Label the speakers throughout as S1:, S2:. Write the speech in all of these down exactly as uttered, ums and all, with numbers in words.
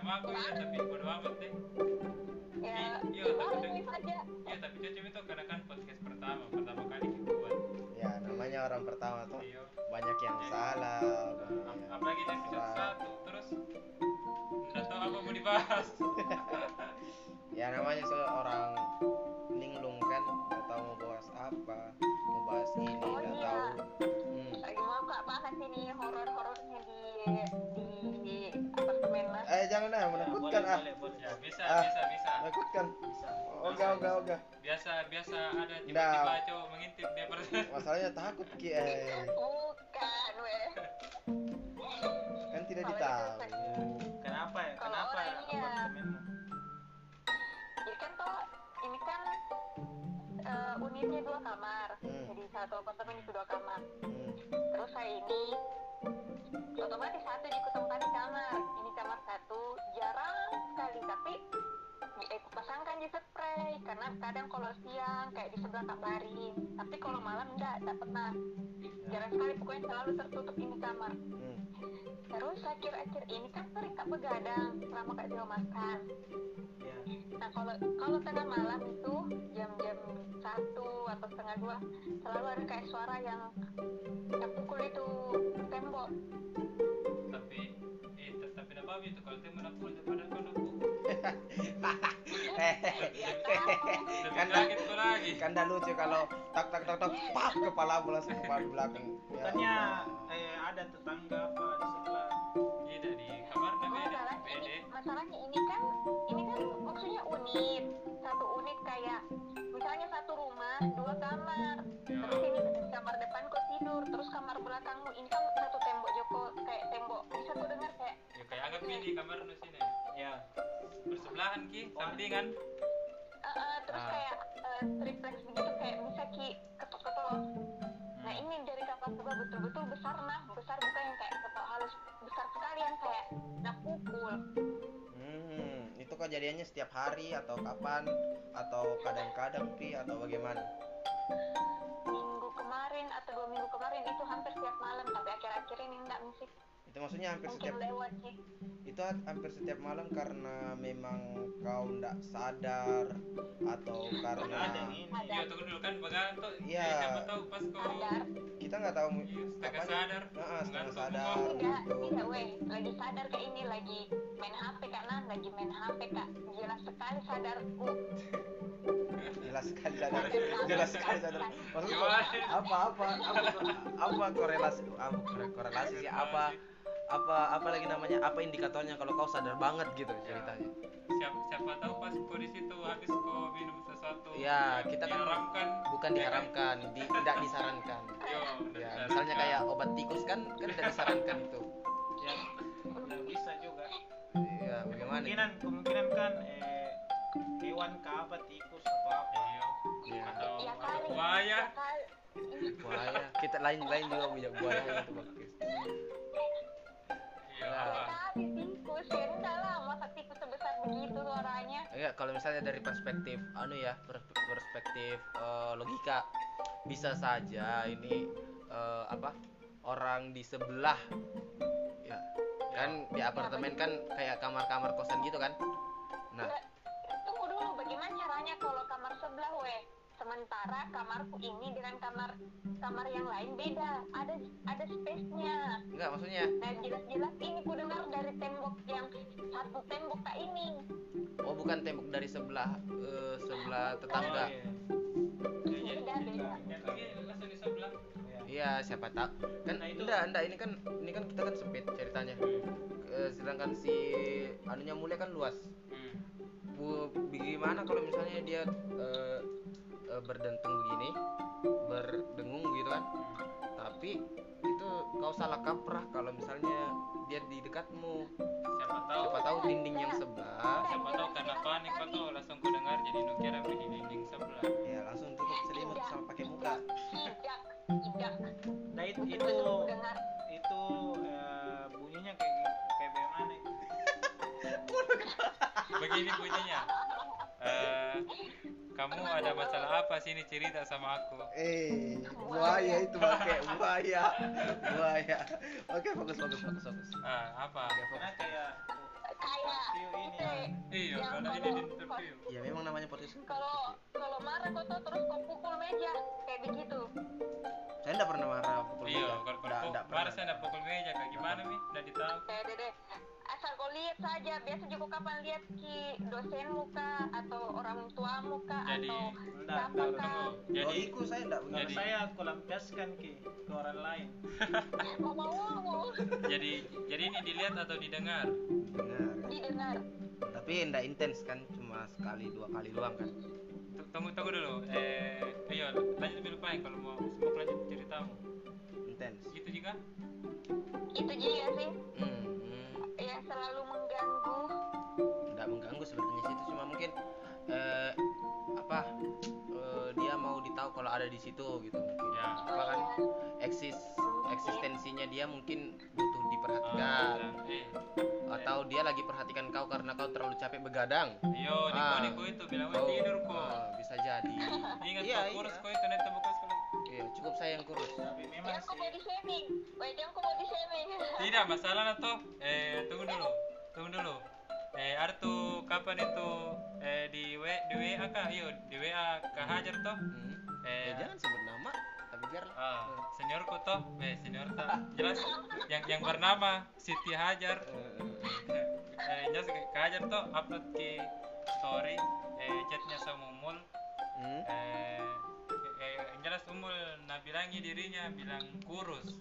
S1: sama aku ya, tapi bodo amat deh.
S2: Ya,
S1: Iya, tapi
S2: tulis aja.
S1: Iya, tapi cocok itu karena kan podcast pertama, pertama kali kita buat.
S3: Ya namanya orang pertama tuh
S1: Iya.
S3: banyak yang
S1: Jadi,
S3: salah,
S1: Nah,
S3: banyak
S1: ap-
S3: yang
S1: apalagi di episode
S3: salah.
S1: satu, terus nggak tahu apa mau dibahas.
S3: Ya namanya seorang linglung kan, nggak tahu mau bahas apa, mau bahas ini
S2: Oh,
S3: nggak
S2: iya.
S3: tahu. Hmm.
S2: Lagi mau kak bahas ini horor-horornya di di apartemen lah.
S3: Eh jangan ah,
S4: Ya,
S3: menakutkan
S4: boleh,
S3: ah,
S4: boleh, boleh.
S1: Ya bisa,
S3: Ah.
S1: bisa, bisa.
S3: menakutkan.
S4: Bisa.
S3: Oga oga oga.
S1: Biasa, biasa ada
S3: Nggak.
S1: tiba-tiba cowok mengintip dia per.
S3: Masalahnya takut ki, eh.
S2: Bukan, weh.
S3: Kan tidak
S2: Kalau
S3: ditahu.
S2: itu
S4: Kenapa ya?
S2: Kalau
S4: Kenapa ya
S2: orangnya-
S4: apartemenmu?
S2: Jadi kan toh ini kan eh, unitnya dua kamar.
S3: Hmm.
S2: Jadi satu apartemen itu dua kamar.
S3: Hmm.
S2: Terus saya ini otomatis satu di tempat di kamar. Ini kamar satu jarang sekali tapi eh, pasangkan di spray karena kadang kalau siang kayak di sebelah kabarin. Tapi kalau malam enggak, enggak pernah. Jarang sekali pokoknya selalu tertutup ini kamar.
S3: Hmm.
S2: Terus akhir-akhir ini kan sering kak begadang selama kak Zio makan.
S4: Ya.
S2: Nah kalau kalau tengah malam itu jam-jam satu atau setengah dua selalu ada kayak suara yang yang pukul itu tembok.
S1: Tapi, eh, t- tapi apa itu kalau dia menakut daripada kau nukul.
S3: Eh,
S2: Ya kan?
S1: Lebih
S3: Kan
S1: kaget kau lagi.
S3: kan dah lucu kalau tak tak tak tak pak kepala bola kepala di belakang. Ya
S4: Bukannya
S3: Allah.
S4: eh, ada tetangga apa di sebelah?
S1: Tidak di kamarnya beda,
S2: Masalahnya
S1: beda.
S2: ini, masalahnya ini kan ini kan maksudnya unit satu unit kayak misalnya satu rumah dua kamar.
S1: Ya.
S2: Terus ini kamar depan kau tidur, terus kamar belakangmu ini kan satu tembok Joko kayak tembok bisa kau dengar kayak
S1: Ya kayak anggap ini kamar lu sini.
S4: Ya.
S1: Bersebelahan ki, sampingan.
S2: eh, eh, terus
S3: Ah.
S2: kayak eh, tripleks begitu kayak bisa ki ketok-ketok. Nah ini dari kapal sebelah betul-betul besar nah besar bukan yang kayak ketok halus besar sekali yang kayak nak pukul.
S3: Hmm, itu kejadiannya setiap hari atau kapan atau kadang-kadang pi atau bagaimana?
S2: Minggu kemarin atau dua minggu kemarin itu hampir setiap malam tapi akhir-akhir ini enggak musik
S3: Itu maksudnya hampir
S2: mungkin
S3: setiap
S2: lewat sih.
S3: itu ha- hampir setiap malam karena memang kau ndak sadar atau karena
S4: Ada yang ini.
S1: Iya tunggu dulu kan begantung.
S3: Iya.
S1: Eh, siapa tahu pas kau
S2: Sadar
S3: kita nggak tahu
S1: Iya, setengah
S3: apanya.
S1: sadar.
S3: Heeh, setengah
S1: Ngantuk
S3: sadar
S1: kok.
S2: tidak
S3: gitu.
S2: tidak weh lagi sadar kayak ini lagi main H P kak nah lagi main H P kak jelas sekali sadarku.
S3: Jelas sekali sadar. Jelas sekali sadar. Maksudnya
S1: Gimana?
S3: apa apa apa apa korelasi apa korelasi sih apa apa apa lagi namanya apa indikatornya kalau kau sadar banget gitu ceritanya.
S1: Siapa, siapa tahu pas kau di situ habis kau minum sesuatu.
S3: Ya,
S1: yang
S3: kita kan
S1: diharamkan.
S3: bukan diharamkan, di, tidak disarankan.
S1: Yo,
S3: Ya, misalnya kayak obat tikus kan kan tidak disarankan itu.
S4: Ya. Nggak bisa juga.
S3: Iya, bagaimana?
S4: Kemungkinan kemungkinan kan eh, hewan kah apa tikus atau apa?
S1: Iya.
S3: Iya.
S1: Atau
S2: Ya
S1: atau
S2: kali
S1: buaya.
S2: ya kali
S3: Buaya. Kita lain-lain juga punya buaya gitu bagus.
S1: Iya.
S3: Ya.
S1: apa?
S2: kali tikus ya enggak lah masa tikus sebesar begitu suaranya.
S3: Enggak, kalau misalnya dari perspektif anu ya, per- perspektif eh, logika bisa saja ini eh, apa? Orang di sebelah ya. Kan di apartemen kan kayak kamar-kamar kosan gitu kan. Nah,
S2: Nggak, tunggu dulu bagaimana caranya kalau kamar sebelah weh sementara kamarku ini dengan kamar kamar yang lain beda ada ada space-nya.
S3: enggak maksudnya
S2: Nah jelas-jelas ini ku dengar dari tembok yang satu tembok kak ini.
S3: oh bukan tembok dari sebelah eh, sebelah tetangga.
S4: Oh, iya.
S1: Ya, ya.
S2: Beda beda.
S1: Yang lagi langsung di sebelah.
S4: Ya.
S3: Iya, siapa tahu. Kan
S4: Nah, itu-
S3: enggak, enggak ini kan ini kan kita kan sempit ceritanya. Eh, sedangkan si anunya mulia kan luas.
S1: Hmm.
S3: Bu, bagaimana kalau misalnya dia eh, eh, berdentung begini, berdengung gitu kan. Tapi itu kau salah kaprah kalau misalnya dia di dekatmu.
S1: Siapa tahu.
S3: Siapa tahu dinding yang sebelah.
S1: Siapa tahu karena panik kau tuh langsung kau dengar jadi nukira di dinding sebelah.
S3: Ya, langsung tutup selimut sama pakai muka.
S2: Tidak, tidak.
S4: Nah itu itu
S2: Betul-betul ku dengar.
S4: itu eh, bunyinya kayak kayak bagaimana?
S1: Begini bunyinya. Eh, kamu ada masalah apa sih ini cerita sama aku?
S3: Eh, buaya itu pakai buaya. Buaya. Oke, fokus fokus fokus fokus.
S1: Ah, apa?
S4: Karena kayak
S2: kayak
S4: View ini
S2: itu
S4: ya.
S1: Iya,
S2: yang
S1: kalau ini
S2: kalau-
S1: di interview.
S3: Ya memang namanya podcast.
S2: kalau kalau marah kau tuh terus kau pukul meja kayak begitu.
S3: Saya enggak pernah marah pukul
S1: Iya,
S3: meja.
S1: kalau
S3: Nggak-
S1: kalau
S3: nggak
S1: marah
S3: pernah.
S1: saya ndak pukul meja kayak gimana mi? Ndak ditahu.
S2: Kayak dede asal kau lihat saja, biasa juga kapan lihat ki dosenmu kah atau orang tuamu kah
S1: Jadi,
S2: atau
S4: enggak,
S2: siapa
S4: enggak,
S2: kah.
S1: Tunggu.
S3: Oh,
S1: Jadi
S3: iku saya enggak
S4: Kalau
S3: begitu.
S1: Jadi-
S4: saya aku lampiaskan ki ke orang lain.
S2: Mau mau mau
S1: jadi jadi ini dilihat atau didengar?
S3: Dengar.
S2: didengar.
S3: Tapi enggak intens kan, cuma sekali dua kali doang kan.
S1: Tu- Tunggu tunggu dulu. Eh, ayo lanjut dulu Pak kalau mau mau lanjut ceritamu.
S3: Intens.
S1: Gitu juga?
S2: Itu juga sih
S3: Hmm, hmm.
S2: yang selalu mengganggu.
S3: Nggak mengganggu sebenarnya sih, itu cuma mungkin eh, apa eh, dia mau ditahu kalau ada di situ gitu mungkin.
S1: Ya.
S3: Apa kan
S2: Oh,
S3: eksis eksistensinya dia mungkin butuh
S1: Ah,
S3: diperhatikan,
S1: bilang, eh,
S3: atau dia lagi perhatikan kau karena kau terlalu capek begadang.
S1: Yo, Niko
S3: Ah.
S1: Niko itu bilang, "Weh,
S3: Kau-
S1: tidur kok."
S3: ah, bisa jadi.
S1: Ingat
S3: Iya,
S1: kau kurus
S3: iya.
S1: kau itu net buka sekolah.
S3: Iya, cukup saya yang kurus.
S4: Tapi memang
S2: Jangan kau
S4: sih
S2: body shaming. Wait, jangan kau body shaming.
S1: Tidak masalah nah toh. Eh, tunggu dulu. Tunggu dulu. Eh, ada tuh kapan itu eh di W di W A kah? Iya, di W A Kak Hajar toh.
S3: Hmm.
S1: Eh,
S3: Ya jangan sebut nama, tapi biarlah.
S1: ah, seniorku toh. Eh, senior tak jelas yang yang bernama Siti Hajar.
S3: Eh,
S1: Eh, jelas Kak Hajar toh upload ke story eh chatnya sama Umul.
S3: hmm.
S1: Eh, eh, yang jelas Umul nah bilangi dirinya bilang kurus.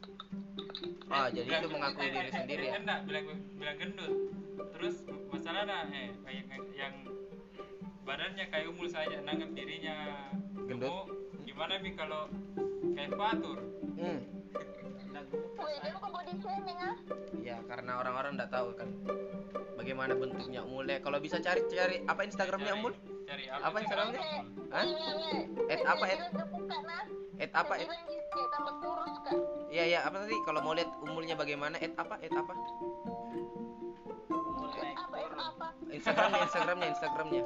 S3: Ah, jadi
S1: Bilang-
S3: itu mengakui diri sendiri ya?
S1: Enggak, bilang bilang gendut. Terus masalahnya eh kayak yang badannya kayak Umul saja nanggap dirinya
S3: Gendut?
S1: gemuk. Gimana bi kalau kayak Fatur?
S3: Hmm.
S4: enggak
S2: Wait, jangan kau body shaming ah.
S3: Ya, karena orang-orang enggak tahu kan bagaimana bentuknya Umul. Ya, kalau bisa cari-cari apa Instagramnya
S1: Cari-
S3: Umul?
S1: Cari
S3: Apa Instagramnya? Hah?
S2: Hah?
S3: Et apa, Et?
S2: Buka nah.
S3: Et apa? Et?
S2: Bilang gitu, kayak tambah kurus kak.
S3: Iya, iya, apa tadi? Kalau mau lihat Umulnya bagaimana? Et apa? Et apa?
S4: umur
S2: Eh,
S4: naik
S2: apa eh,
S4: turun.
S2: apa?
S3: Instagramnya, Instagramnya, Instagramnya.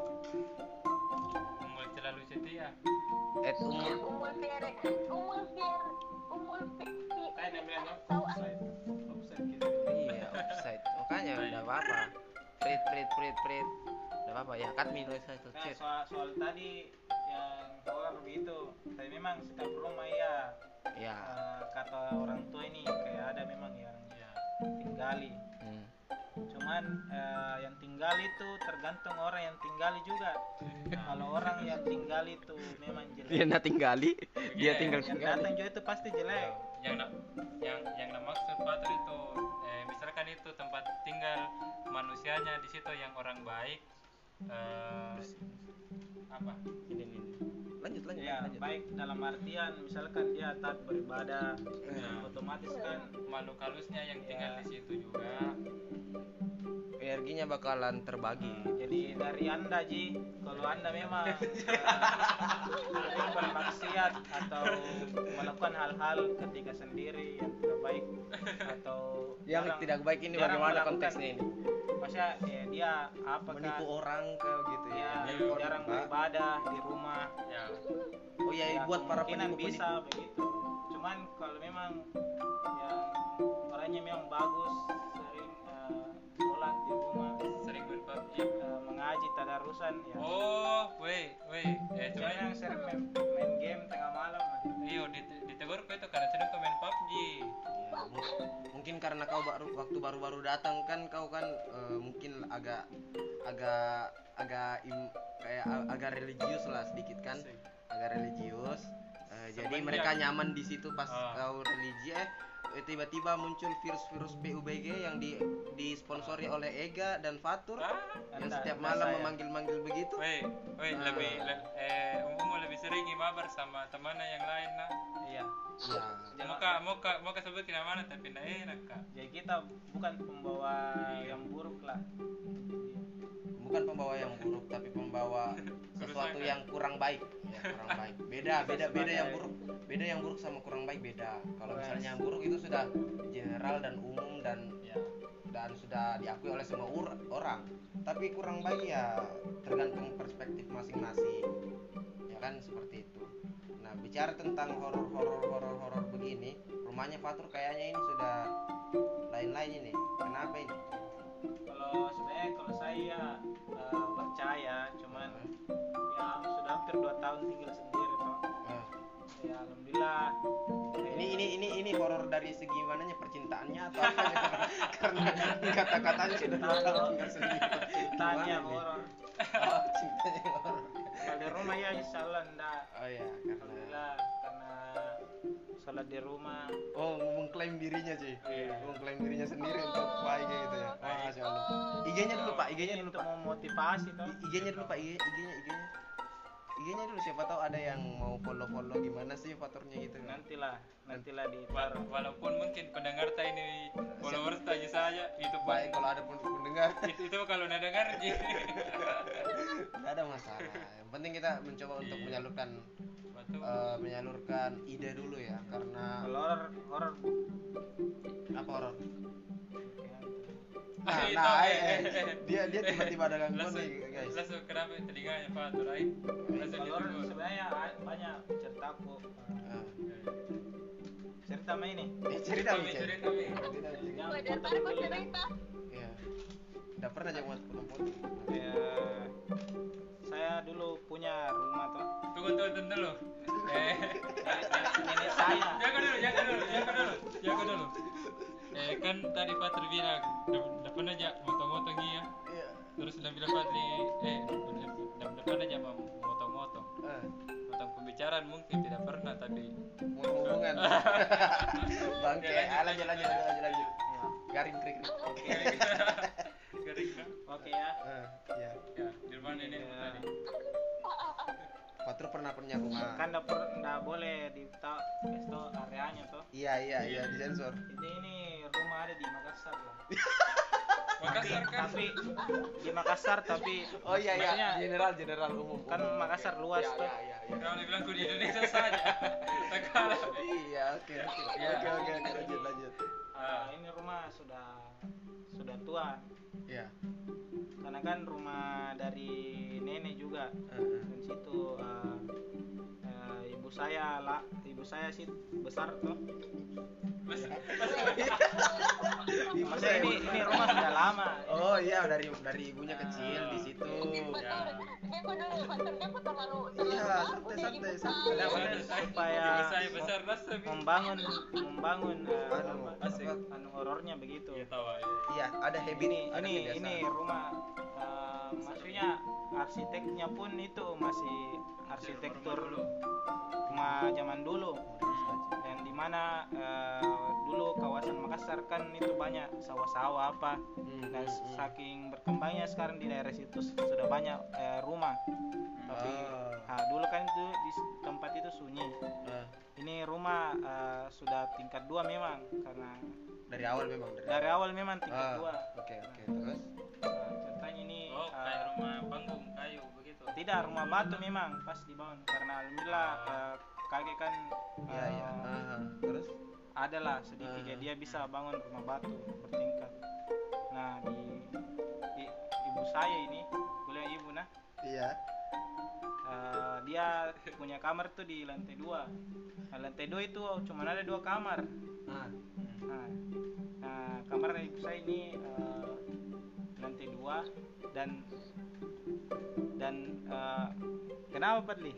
S1: Umul selalu setia.
S3: Et Umul.
S2: Umul fier, umul fier, umul fier.
S4: Kayak dia bilang
S2: Tahu ah.
S4: offside. Offside gitu.
S3: Iya, offside. Makanya enggak apa-apa. Prit, prit, prit, prit. Enggak apa-apa ya. Cut me noise itu.
S4: Nah, soal soal tadi yang horor begitu, tapi memang setiap rumah ya
S3: Ya.
S4: eh, kata orang tua ini kayak ada memang yang
S1: Ya.
S4: tinggali.
S3: Hmm.
S4: Cuman eh, yang tinggal itu tergantung orang yang tinggali juga. Kalau orang yang tinggal itu memang
S3: Dia
S4: jelek,
S3: nak tinggali, dia
S1: Iya,
S3: tinggal
S4: yang
S3: tinggali.
S4: datang juga itu pasti jelek.
S1: Yang na- yang yang na maksud Fatur itu eh, misalkan itu tempat tinggal manusianya di situ yang orang baik eh, apa?
S3: Ini, ini. Lanjut, lanjut,
S4: Ya,
S3: lanjut.
S4: baik dalam artian misalkan dia taat beribadah,
S1: Ya.
S4: otomatis kan
S1: Makhluk halusnya yang tinggal
S4: Ya.
S1: di situ juga.
S3: Energinya bakalan terbagi.
S4: jadi dari anda Ji, kalau anda memang eh, sering bermaksiat atau melakukan hal-hal ketika sendiri yang tidak baik atau
S3: Yang
S4: jarang-
S3: tidak baik ini
S4: jarang
S3: bagaimana
S4: melakukan-
S3: konteksnya ini?
S4: Maksudnya eh, dia apa
S3: Menipu
S4: kan?
S3: orang ke gitu ya.
S4: Ya,
S3: Nelpon,
S4: jarang
S3: Pak.
S4: beribadah di rumah.
S1: Ya.
S3: Oh iya,
S4: Ya,
S3: buat para
S4: kemungkinan
S3: penipu
S4: bisa begitu. Cuman kalau memang yang orangnya memang bagus, sering eh, sholat di rumah,
S1: Sering main P U B G.
S4: eh, mengaji tadarusan ya.
S1: Oh, weh, weh. Eh,
S4: Saya
S1: cuma
S4: yang sering main, main game tengah malam.
S1: iyo dit- ditegur kau itu karena sering kau main P U B G.
S3: Ya, mu- mungkin karena kau baru waktu baru-baru datang kan kau kan eh, mungkin agak agak agak im- kayak a- agak religius lah sedikit kan, agak religius. Eh, jadi
S1: Sebenarnya-
S3: mereka nyaman di situ pas
S1: Ah.
S3: kau religi eh eh, tiba-tiba muncul virus-virus P U B G yang di disponsori oleh Ega dan Fatur
S1: Ah,
S3: yang
S4: Anda-
S3: setiap
S4: anda
S3: malam
S4: saya.
S3: memanggil-manggil begitu.
S1: weh, weh
S3: Ah.
S1: lebih le- eh umum lebih sering mabar sama temannya yang lain nah.
S4: Iya.
S3: Ya.
S4: Jangan-
S1: Mau kak, mau kak, mau kak sebutin mana tapi nggak enak kak.
S4: Jadi kita bukan pembawa
S1: Iya.
S4: yang buruk lah.
S3: Bukan pembawa yang buruk tapi pembawa sesuatu
S1: Kerusakan.
S3: yang kurang baik ya, kurang baik beda beda beda yang buruk beda yang buruk sama kurang baik beda. Kalau misalnya yang buruk itu sudah general dan umum dan
S1: Ya.
S3: dan sudah diakui oleh semua ur- orang, tapi kurang baik ya tergantung perspektif masing-masing ya kan, seperti itu. Nah, bicara tentang horor horor horor horor begini, rumahnya Fatur kayaknya ini sudah lain-lain ini. Kenapa ini?
S4: Kalau sebenarnya kalau saya eh, percaya, cuman ya sudah hampir dua tahun tinggal sendiri toh.
S3: Ah.
S4: Ya alhamdulillah.
S3: Ini ini ini ini horor dari segi mananya, percintaannya atau apa? Karena kata-katanya sudah dua tahun tinggal sendiri.
S4: Cintanya
S3: Gimana nih?
S4: horor.
S3: Oh, cintanya horor.
S4: Kalau di rumah ya insya Allah enggak.
S3: Oh ya, karena
S4: Alhamdulillah karena sholat di rumah.
S3: oh mengklaim dirinya sih.
S1: Iya.
S3: Mengklaim dirinya sendiri untuk baik kayak gitu ya. Masya Allah. I G-nya dulu Pak, I G-nya dulu
S4: Untuk
S3: Pak.
S4: memotivasi toh.
S3: I- IG-nya dulu Pak, I G- IG-nya IG-nya. I G-nya dulu, siapa tahu ada yang mau follow-follow gimana sih faktornya gitu.
S4: Nantilah, nantilah di
S1: Wal- walaupun mungkin pendengar tak ini followers tanya saja itu pun
S3: Baik kalau ada pun pendengar.
S1: itu, itu kalau udah dengar Ji.
S3: Nggak ada masalah. Yang penting kita mencoba untuk
S1: Iya.
S3: menyalurkan
S1: Betul.
S3: eh, menyalurkan ide dulu ya, karena
S4: kalau horor horor
S3: apa horor?
S4: ya,
S3: Nah,
S1: Ah, itu,
S3: nah,
S1: eh,
S3: eh,
S1: eh, eh.
S3: dia dia tiba-tiba ada gangguan
S1: langsung,
S3: nih guys.
S1: langsung kenapa telinganya Pak Turai langsung
S4: kalau horor
S1: ditegur.
S4: sebenarnya a- banyak ceritaku.
S3: Ah.
S4: Cerita sama ini.
S3: Eh, cerita
S1: Kami,
S3: nih,
S1: cerita,
S3: cerita.
S1: Mi.
S3: Cerita, cerita.
S4: Yang
S2: Wajar
S4: foto
S2: banget kok
S4: dulu kan.
S2: cerita.
S3: Iya. Udah pernah aja buat foto-foto.
S4: Ya, saya dulu punya rumah toh.
S1: Tunggu tunggu tunggu dulu. Eh,
S4: Nenek saya.
S1: jangan dulu, jangan dulu, jangan dulu, jangan dulu. Eh kan tadi Patri bilang depan aja motong-motong iya.
S3: Iya.
S1: Terus udah bilang Patri eh depan aja mau motong-motong.
S3: Ah,
S1: Motong pembicaraan mungkin tidak pernah tapi
S3: mau hubungan. Bangke,
S1: Ya, lanjut,
S3: ah, lanjut lanjut lanjut lanjut. lanjut.
S4: Ya.
S3: Garing krik krik.
S1: garing kan?
S4: Oke ya.
S3: Ah, iya.
S1: Ya, di mana ini
S4: Ya.
S1: tadi?
S3: Patru pernah punya rumah.
S4: Kan enggak per, nggak boleh di tahu itu areanya toh.
S3: Iya iya iya disensor.
S4: Ini ini rumah ada di Makassar lah.
S1: Makassar kan?
S4: Tapi di Makassar tapi
S3: Oh iya iya.
S4: maksudnya
S3: General general umum.
S4: kan
S3: umum.
S4: Makassar
S3: Oke.
S4: luas
S3: Iya,
S4: tuh.
S3: Iya iya iya.
S1: Kalau dibilang ku di Indonesia saja. Tak kalah.
S3: Iya oke oke
S1: Iya.
S3: oke oke oke lanjut lanjut.
S4: Ah, ini rumah sudah sudah tua.
S3: Iya.
S4: Karena kan rumah dari nenek juga.
S3: Heeh.
S4: Dan situ eh, eh, ibu saya lah, ibu saya sih besar tuh.
S3: Ibu
S4: Maksudnya
S3: saya-
S4: ini ini rumah sudah lama.
S3: Oh iya dari dari ibunya kecil di situ.
S1: Ya.
S2: Depo dulu, Pastor Depo terlalu
S3: Iya,
S2: terlalu
S3: santai,
S2: udah
S3: santai,
S2: dibuka.
S3: santai.
S4: Ada
S1: Ada
S4: benar,
S1: saya-
S4: supaya
S1: ibu saya besar rasa Mi.
S4: membangun membangun eh,
S3: Anu,
S4: apa,
S1: asik.
S4: anu horornya begitu.
S1: Iya tahu ya.
S3: Iya ada habit
S4: Ini
S3: ada
S4: ini
S3: kebiasaan.
S4: ini rumah eh, maksudnya arsiteknya pun itu masih arsitektur rumah zaman dulu. Dan dimana eh, dulu kawasan Makassar kan itu banyak sawah-sawah apa.
S3: Hmm,
S4: Dan
S3: hmm, hmm.
S4: saking berkembangnya sekarang di daerah situ sudah banyak eh, rumah. Tapi
S3: Ah.
S4: ah, dulu kan itu di s- tempat itu sunyi.
S3: Ah,
S4: Ini rumah eh, sudah tingkat dua memang karena
S3: dari awal memang dari,
S4: dari awal memang tingkat
S3: Ah,
S4: dua.
S3: Oke oke terus.
S4: Nah, contohnya ini
S1: Oh,
S4: eh,
S1: kayak rumah panggung kayu begitu.
S4: tidak rumah batu memang pas dibangun karena alhamdulillah
S1: Ah.
S4: eh, kakek kan
S3: Iya iya.
S4: eh,
S3: Ah, terus.
S4: adalah sedikit
S3: Ah.
S4: ya dia bisa bangun rumah batu bertingkat. Nah di, di ibu saya ini boleh ibu nah
S3: Iya.
S4: eh, dia punya kamar tuh di lantai dua. Nah, lantai dua itu cuma ada dua kamar.
S3: Ah.
S4: Nah, nah kamar ibu saya ini eh, lantai dua dan dan eh, kenapa Padli?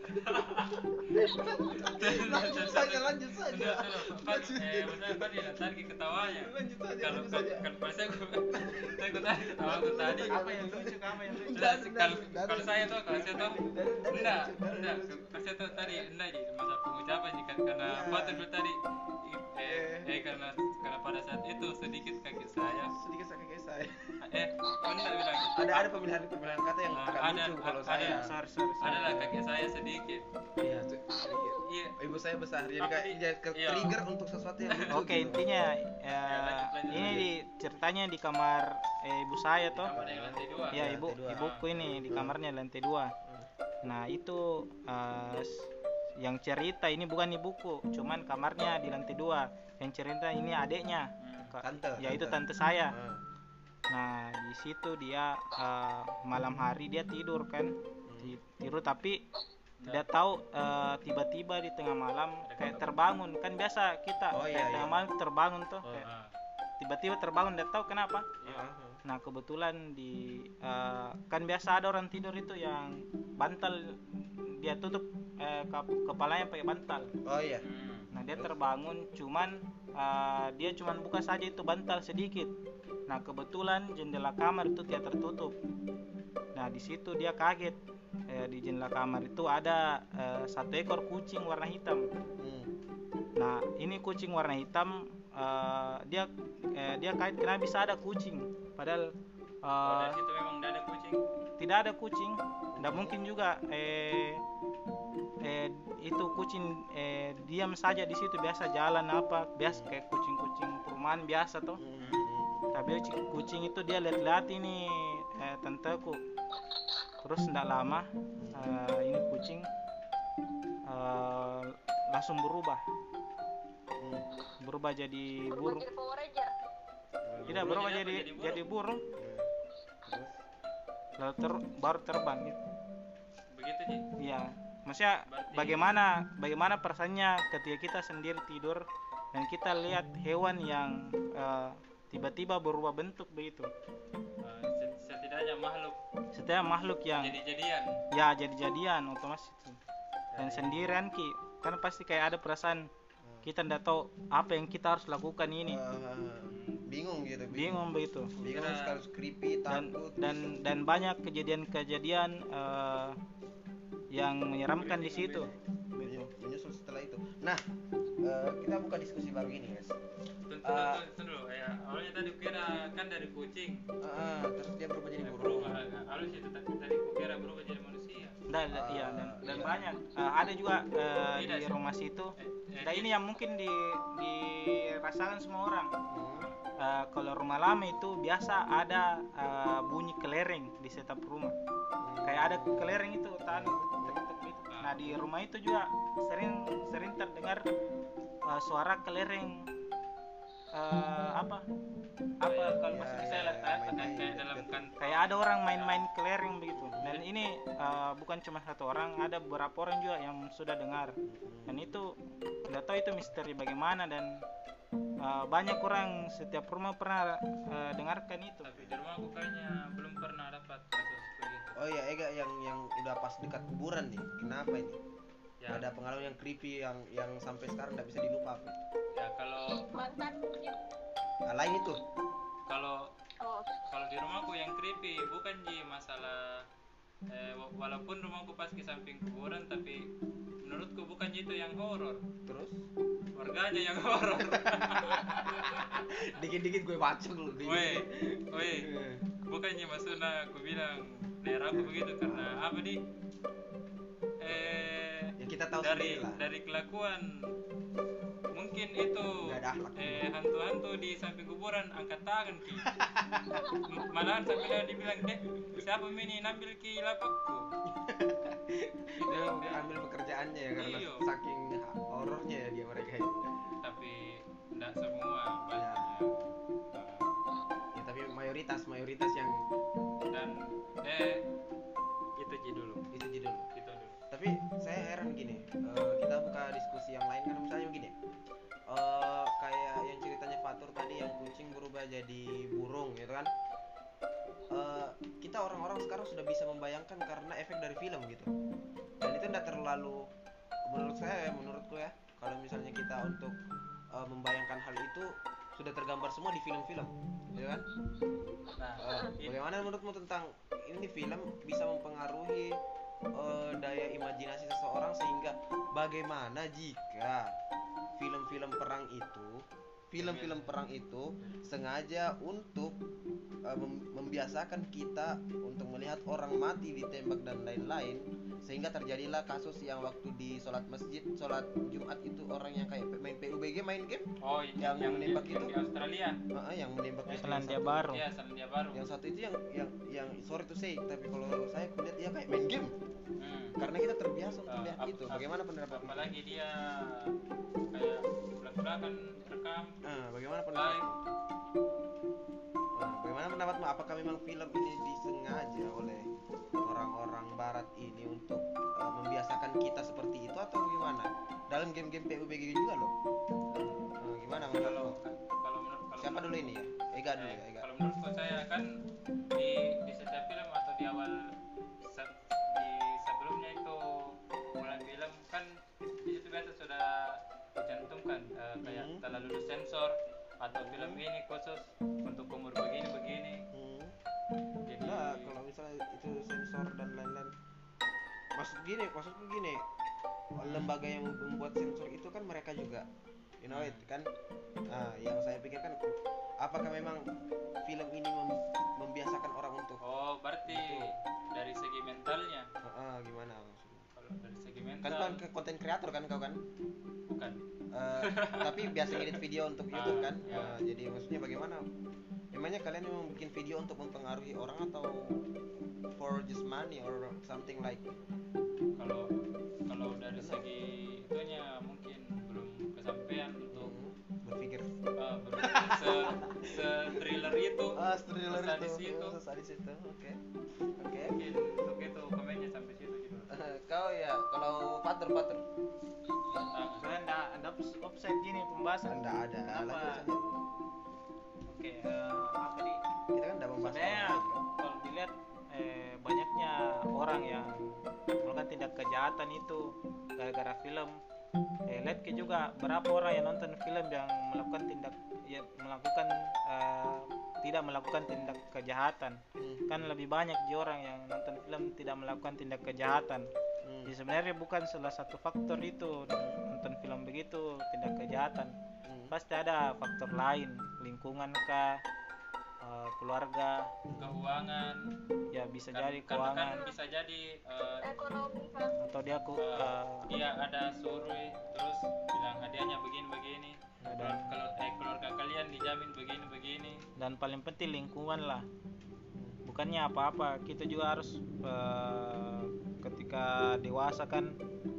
S3: Lanjut saja lanjut saja.
S1: Pak, eh, maksudnya Pak dia tadi ketawanya.
S3: Lanjut saja,
S1: Kalau
S3: lanjut saja.
S1: kalau kalau saya saya kok tadi ketawa aku tadi.
S4: Apa yang lucu? Apa yang lucu?
S1: Enggak,
S3: Dari-
S1: kalau
S3: dari-
S1: kalau saya tuh kalau saya tuh
S3: dari- dari-
S1: enggak
S3: dari-
S1: enggak
S3: dari-
S1: kalau saya tuh tadi enggak di masa pengucapan sih kan karena
S3: Iya.
S1: Pak dulu tadi eh, eh karena karena pada saat itu sedikit kaki saya
S3: sedikit sakit kayak saya.
S1: eh oh, enggak bilang
S3: Ada ada pemilihan pemilihan kata yang
S1: Ah,
S3: agak
S1: ada,
S3: lucu kalau
S1: ada.
S3: saya.
S4: Sorry, sorry, sorry.
S1: adalah kaki saya sedikit.
S3: Iya. tuh.
S1: Iya.
S3: Ibu saya besar jadi
S1: Apa
S3: kayak
S1: di-
S3: jadi ke
S1: iya.
S3: trigger untuk sesuatu yang lucu.
S4: Oke,
S3: gitu.
S4: intinya ya,
S1: lanjut, lanjut,
S4: ini
S1: lanjut.
S4: di ceritanya di kamar eh, ibu saya toh.
S1: Kamar yang lantai dua.
S4: Ya, ibu
S3: lantai dua.
S4: ibuku ini di kamarnya lantai dua. Nah, itu eh, s- yang cerita ini bukan ibuku, cuman kamarnya di lantai dua. Yang cerita ini adiknya.
S1: Hmm.
S4: Ka-
S3: Tante,
S4: Ya itu
S3: tante.
S4: tante saya.
S3: Ah.
S4: Nah, di situ dia eh, malam hari dia tidur kan. Ti- Tidur tapi tidak tahu eh, tiba-tiba di tengah malam kayak terbangun. Kan biasa kita
S3: Oh, iya,
S4: kayak
S3: iya.
S4: tengah malam terbangun tuh
S3: Oh.
S4: kayak
S1: Ah.
S4: tiba-tiba terbangun, tidak tahu kenapa.
S3: Heeh.
S4: Nah kebetulan di eh, kan biasa ada orang tidur itu yang bantal dia tutup eh, kap- kepalanya pakai bantal.
S3: Oh iya.
S1: Hmm.
S4: Nah dia terbangun, cuman eh, dia cuman buka saja itu bantal sedikit. Nah kebetulan jendela kamar itu tidak tertutup. Nah di situ dia kaget. Eh, di jendela kamar itu ada eh, satu ekor kucing warna hitam.
S3: Hmm.
S4: Nah ini kucing warna hitam, eh, dia eh, dia kaget kenapa bisa ada kucing, padahal
S1: Oh,
S4: eh,
S1: dari situ memang udah ada kucing.
S4: tidak ada kucing. Tidak mungkin juga eh, eh, itu kucing eh, diam saja di situ, biasa jalan apa biasa kayak kucing-kucing perumahan biasa tuh.
S3: Hmm.
S4: Tapi kucing- kucing itu dia lihat-lihat ini eh, tanteku. Terus tidak lama eh, ini kucing eh, langsung berubah,
S3: Hmm.
S4: berubah jadi
S2: Berubah
S4: burung.
S2: jadi Power Ranger.
S4: Tidak,
S1: Burung
S4: berubah
S1: jadi
S4: jadi
S1: apa? Jadi burung?
S4: jadi burung,
S3: Terus
S4: lalu ter- baru terbang gitu.
S1: Begitu Ji.
S4: Iya, maksudnya
S1: Berarti-
S4: bagaimana bagaimana perasaannya ketika kita sendiri tidur dan kita lihat hewan yang eh, tiba-tiba berubah bentuk begitu.
S1: Eh, set- setidaknya makhluk
S4: Setiap makhluk yang
S1: jadi-jadian.
S4: ya jadi-jadian otomatis itu. Dan sendirian ki, kan pasti kayak ada perasaan kita tidak tahu apa yang kita harus lakukan ini.
S3: Ah, bingung gitu.
S4: Bingung begitu.
S3: Bingung
S1: Kira-
S3: sekali, creepy,
S4: Dan
S3: takut.
S4: dan dan banyak kejadian-kejadian eh, yang menyeramkan di situ.
S3: Menyu- menyusul setelah itu. Nah, eh, kita buka diskusi baru ini, guys.
S1: Tunggu,
S3: Ah.
S1: tunggu, tunggu dulu. Ya, awalnya tadi kira kan dari kucing.
S3: Ah, terus dia berubah jadi
S1: Eh,
S3: burung.
S1: berubah. Halus itu tadi tadi kira berubah jadi manusia.
S4: Dan iya dan, dan
S3: iya.
S4: banyak. Eh, ada juga eh,
S1: Tidak
S4: di
S1: sih.
S4: rumah situ.
S1: Eh, eh,
S4: Nah ini yang mungkin di dirasakan semua orang.
S3: Hmm.
S4: Eh, kalau rumah lama itu biasa ada eh, bunyi kelereng di setiap rumah. Kayak ada kelereng itu tanah tek-tek gitu. Nah di rumah itu juga sering sering terdengar eh, suara kelereng eh, apa apa kalau
S3: Ya,
S4: bahasa
S3: ya,
S4: saya
S3: ya,
S4: letak
S3: main-main
S1: kayak
S3: gitu.
S1: dalam kan
S4: kayak ada orang main-main kelereng begitu. Dan ini eh, bukan cuma satu orang, ada beberapa orang juga yang sudah dengar. Dan itu tidak tahu itu misteri bagaimana, dan eh, banyak orang setiap rumah pernah eh, dengarkan itu.
S1: tapi di rumah aku kayaknya belum pernah dapat kasus begitu.
S3: Oh iya, Ega yang yang udah pas dekat kuburan nih. Kenapa ini?
S1: Ya,
S3: Ada pengalaman yang creepy yang yang sampai sekarang nggak bisa dilupa. apa?
S1: ya kalau
S2: Mantan.
S3: Nah, lain itu.
S1: kalau
S2: Oh,
S1: kalau di rumahku yang creepy bukan Ji masalah eh, wa- walaupun rumahku pas di samping kuburan, tapi menurutku bukan Ji itu yang horor,
S3: Terus
S1: warganya yang horor.
S3: dikit-dikit gue baca lu.
S1: Woi, woi, bukannya maksudnya aku bilang daerahku begitu karena apa di eh
S3: Ya kita tahu
S1: dari
S3: sendiri lah.
S1: dari kelakuan mungkin itu
S3: Nggak ada akhlak.
S1: eh hantu-hantu di samping kuburan angkat tangan ki. M- malahan sampai dia dibilang deh siapa ini nambil ki lapakku.
S3: Dia ambil pekerjaannya ya karena
S1: Iya.
S3: saking horornya ya dia mereka ya.
S1: Tapi tidak semua banyak
S3: Ya tapi mayoritas mayoritas yang
S1: dan eh itu Ji dulu
S3: itu jadi dulu.
S1: itu dulu
S3: Tapi saya heran gini, eh, kita buka diskusi yang lain kan misalnya begini, eh, kayak yang ceritanya Fatur tadi yang kucing berubah jadi burung gitu kan. Eh, kita orang-orang sekarang sudah bisa membayangkan karena efek dari film gitu. Dan itu tidak terlalu, menurut saya, menurutku ya, kalau misalnya kita untuk eh, membayangkan hal itu sudah tergambar semua di film-film, gitu kan?
S1: nah
S3: Eh,
S1: ini
S3: bagaimana menurutmu tentang ini film bisa mempengaruhi eh, daya imajinasi seseorang, sehingga bagaimana jika film-film perang itu film-film perang itu sengaja untuk eh, mem- membiasakan kita untuk melihat orang mati ditembak dan lain-lain, sehingga terjadilah kasus yang waktu di sholat masjid, sholat Jumat itu orang yang kayak main P U B G, main game,
S1: oh
S3: yang
S1: yang, yang,
S3: menembak
S1: yang
S3: itu.
S1: di Australia
S3: ah, yang menembak itu.
S4: Selandia
S3: Yang satu-
S4: Baru.
S1: ya Selandia Baru
S3: yang satu itu yang yang yang sorry to say, tapi kalau saya lihat dia kayak main game
S1: hmm.
S3: karena kita terbiasa untuk
S1: Uh,
S3: lihat
S1: ap-
S3: itu.
S1: ap-
S3: Bagaimana pendapat
S1: apalagi dia kayak belak-belakan rekam
S3: Ah, bagaimana pendapat?
S1: live
S3: Ah, bagaimana pendapatmu? Apakah memang film ini disengaja oleh orang-orang Barat ini untuk eh, membiasakan kita seperti itu atau gimana? Dalam game-game P U B G juga loh. Ah, gimana
S1: kalau
S3: menurutmu?
S1: kalau menurut kalau
S3: Siapa
S5: siapa dulu ini ya? Ega dulu
S1: Eh,
S5: ya, Ega.
S1: kalau menurutku saya kan di di setiap film atau di awal se- di sebelumnya itu mulai film kan di situ biasa sudah dicantumkan eh, kayak
S5: Hmm.
S1: telah lulus sensor atau film ini khusus untuk umur begini begini.
S5: Hmm.
S1: Jadi
S5: Nah, kalau misalnya itu sensor dan lain-lain. Maksud gini, maksudku gini. Lembaga yang membuat sensor itu kan mereka juga. You know it kan? Nah, yang saya pikirkan apakah memang film ini mem- membiasakan orang untuk
S1: oh berarti
S5: Betul.
S1: dari segi mentalnya.
S5: Ah, ah, gimana maksudnya?
S1: Kalau dari segi
S5: Kan
S1: mental
S5: kau kan konten kreator kan kau kan?
S1: bukan.
S5: Eh, tapi biasa edit video untuk YouTube kan?
S1: ya.
S5: Nah, jadi maksudnya bagaimana? Emangnya kalian memang bikin video untuk mempengaruhi orang atau for just money or something like?
S1: Kalau kalau dari segi itunya mungkin belum kesampaian untuk
S5: Hmm, berpikir.
S1: uh, berpikir se, se thriller itu.
S5: Ah, thriller
S1: Sesadis
S5: itu.
S1: itu.
S5: Oh, sesadis itu. Oke. Oke.
S1: Mungkin untuk itu komennya sampai situ gitu.
S5: Kau ya, kalau Fatur Fatur.
S1: Ah,
S4: Saya enggak ada offset gini pembahasan.
S5: Enggak ada.
S4: Kenapa?
S5: Lanjut saja.
S4: Oke, eh, apa nih?
S5: Kita kan enggak membahas
S4: Sebenarnya
S5: orang lain, kan?
S4: kalau dilihat eh, banyaknya orang yang melakukan tindak kejahatan itu gara-gara film. Eh, lihat ke juga berapa orang yang nonton film yang melakukan tindak ya, melakukan eh, tidak melakukan tindak kejahatan.
S5: Hmm.
S4: Kan lebih banyak ji orang yang nonton film tidak melakukan tindak kejahatan.
S5: Hmm.
S4: Jadi sebenarnya bukan salah satu faktor itu nonton film begitu tindak kejahatan.
S5: Hmm.
S4: Pasti ada faktor lain, lingkungan kah, eh, keluarga,
S1: keuangan.
S4: ya bisa
S1: Kan,
S4: jadi
S1: kan,
S4: keuangan
S1: kan bisa jadi uh,
S2: ekonomi kan.
S4: atau dia ku,
S1: uh,
S4: eh,
S1: dia ada survei terus bilang hadiahnya begini-begini.
S4: Ya,
S1: Kalau
S4: dan-
S1: kalau eh, keluarga kalian dijamin begini-begini.
S4: dan paling penting lingkungan lah. Bukannya apa-apa, kita juga harus eh, ketika dewasa kan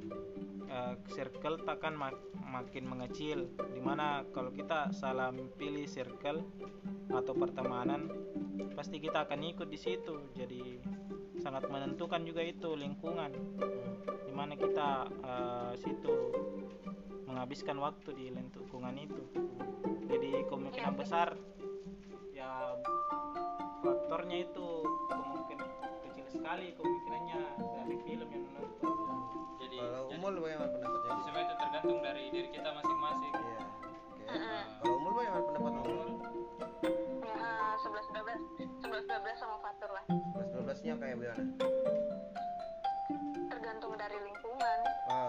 S4: eh, circle tak kan mak- makin mengecil. Dimana kalau kita salah pilih circle atau pertemanan, pasti kita akan ikut di situ. Jadi sangat menentukan juga itu lingkungan. Dimana kita eh, situ menghabiskan waktu di lingkungan itu. Jadi kemungkinan besar ya faktornya itu kemungkinan kecil sekali kemungkinannya dari film yang nonton.
S1: Jadi
S5: Kalau
S1: jadi,
S5: Umul bagaimana pendapatnya?
S1: jadi semua itu tergantung dari diri kita masing-masing.
S5: Iya. Oke.
S2: Mm-mm.
S5: Kalau Umul bagaimana pendapat Umul?
S2: Ya sebelas dua belas sebelas dua belas sama Fatur lah.
S5: sebelas dua belas-nya kayak gimana?
S2: Tergantung dari lingkungan.
S5: Ah.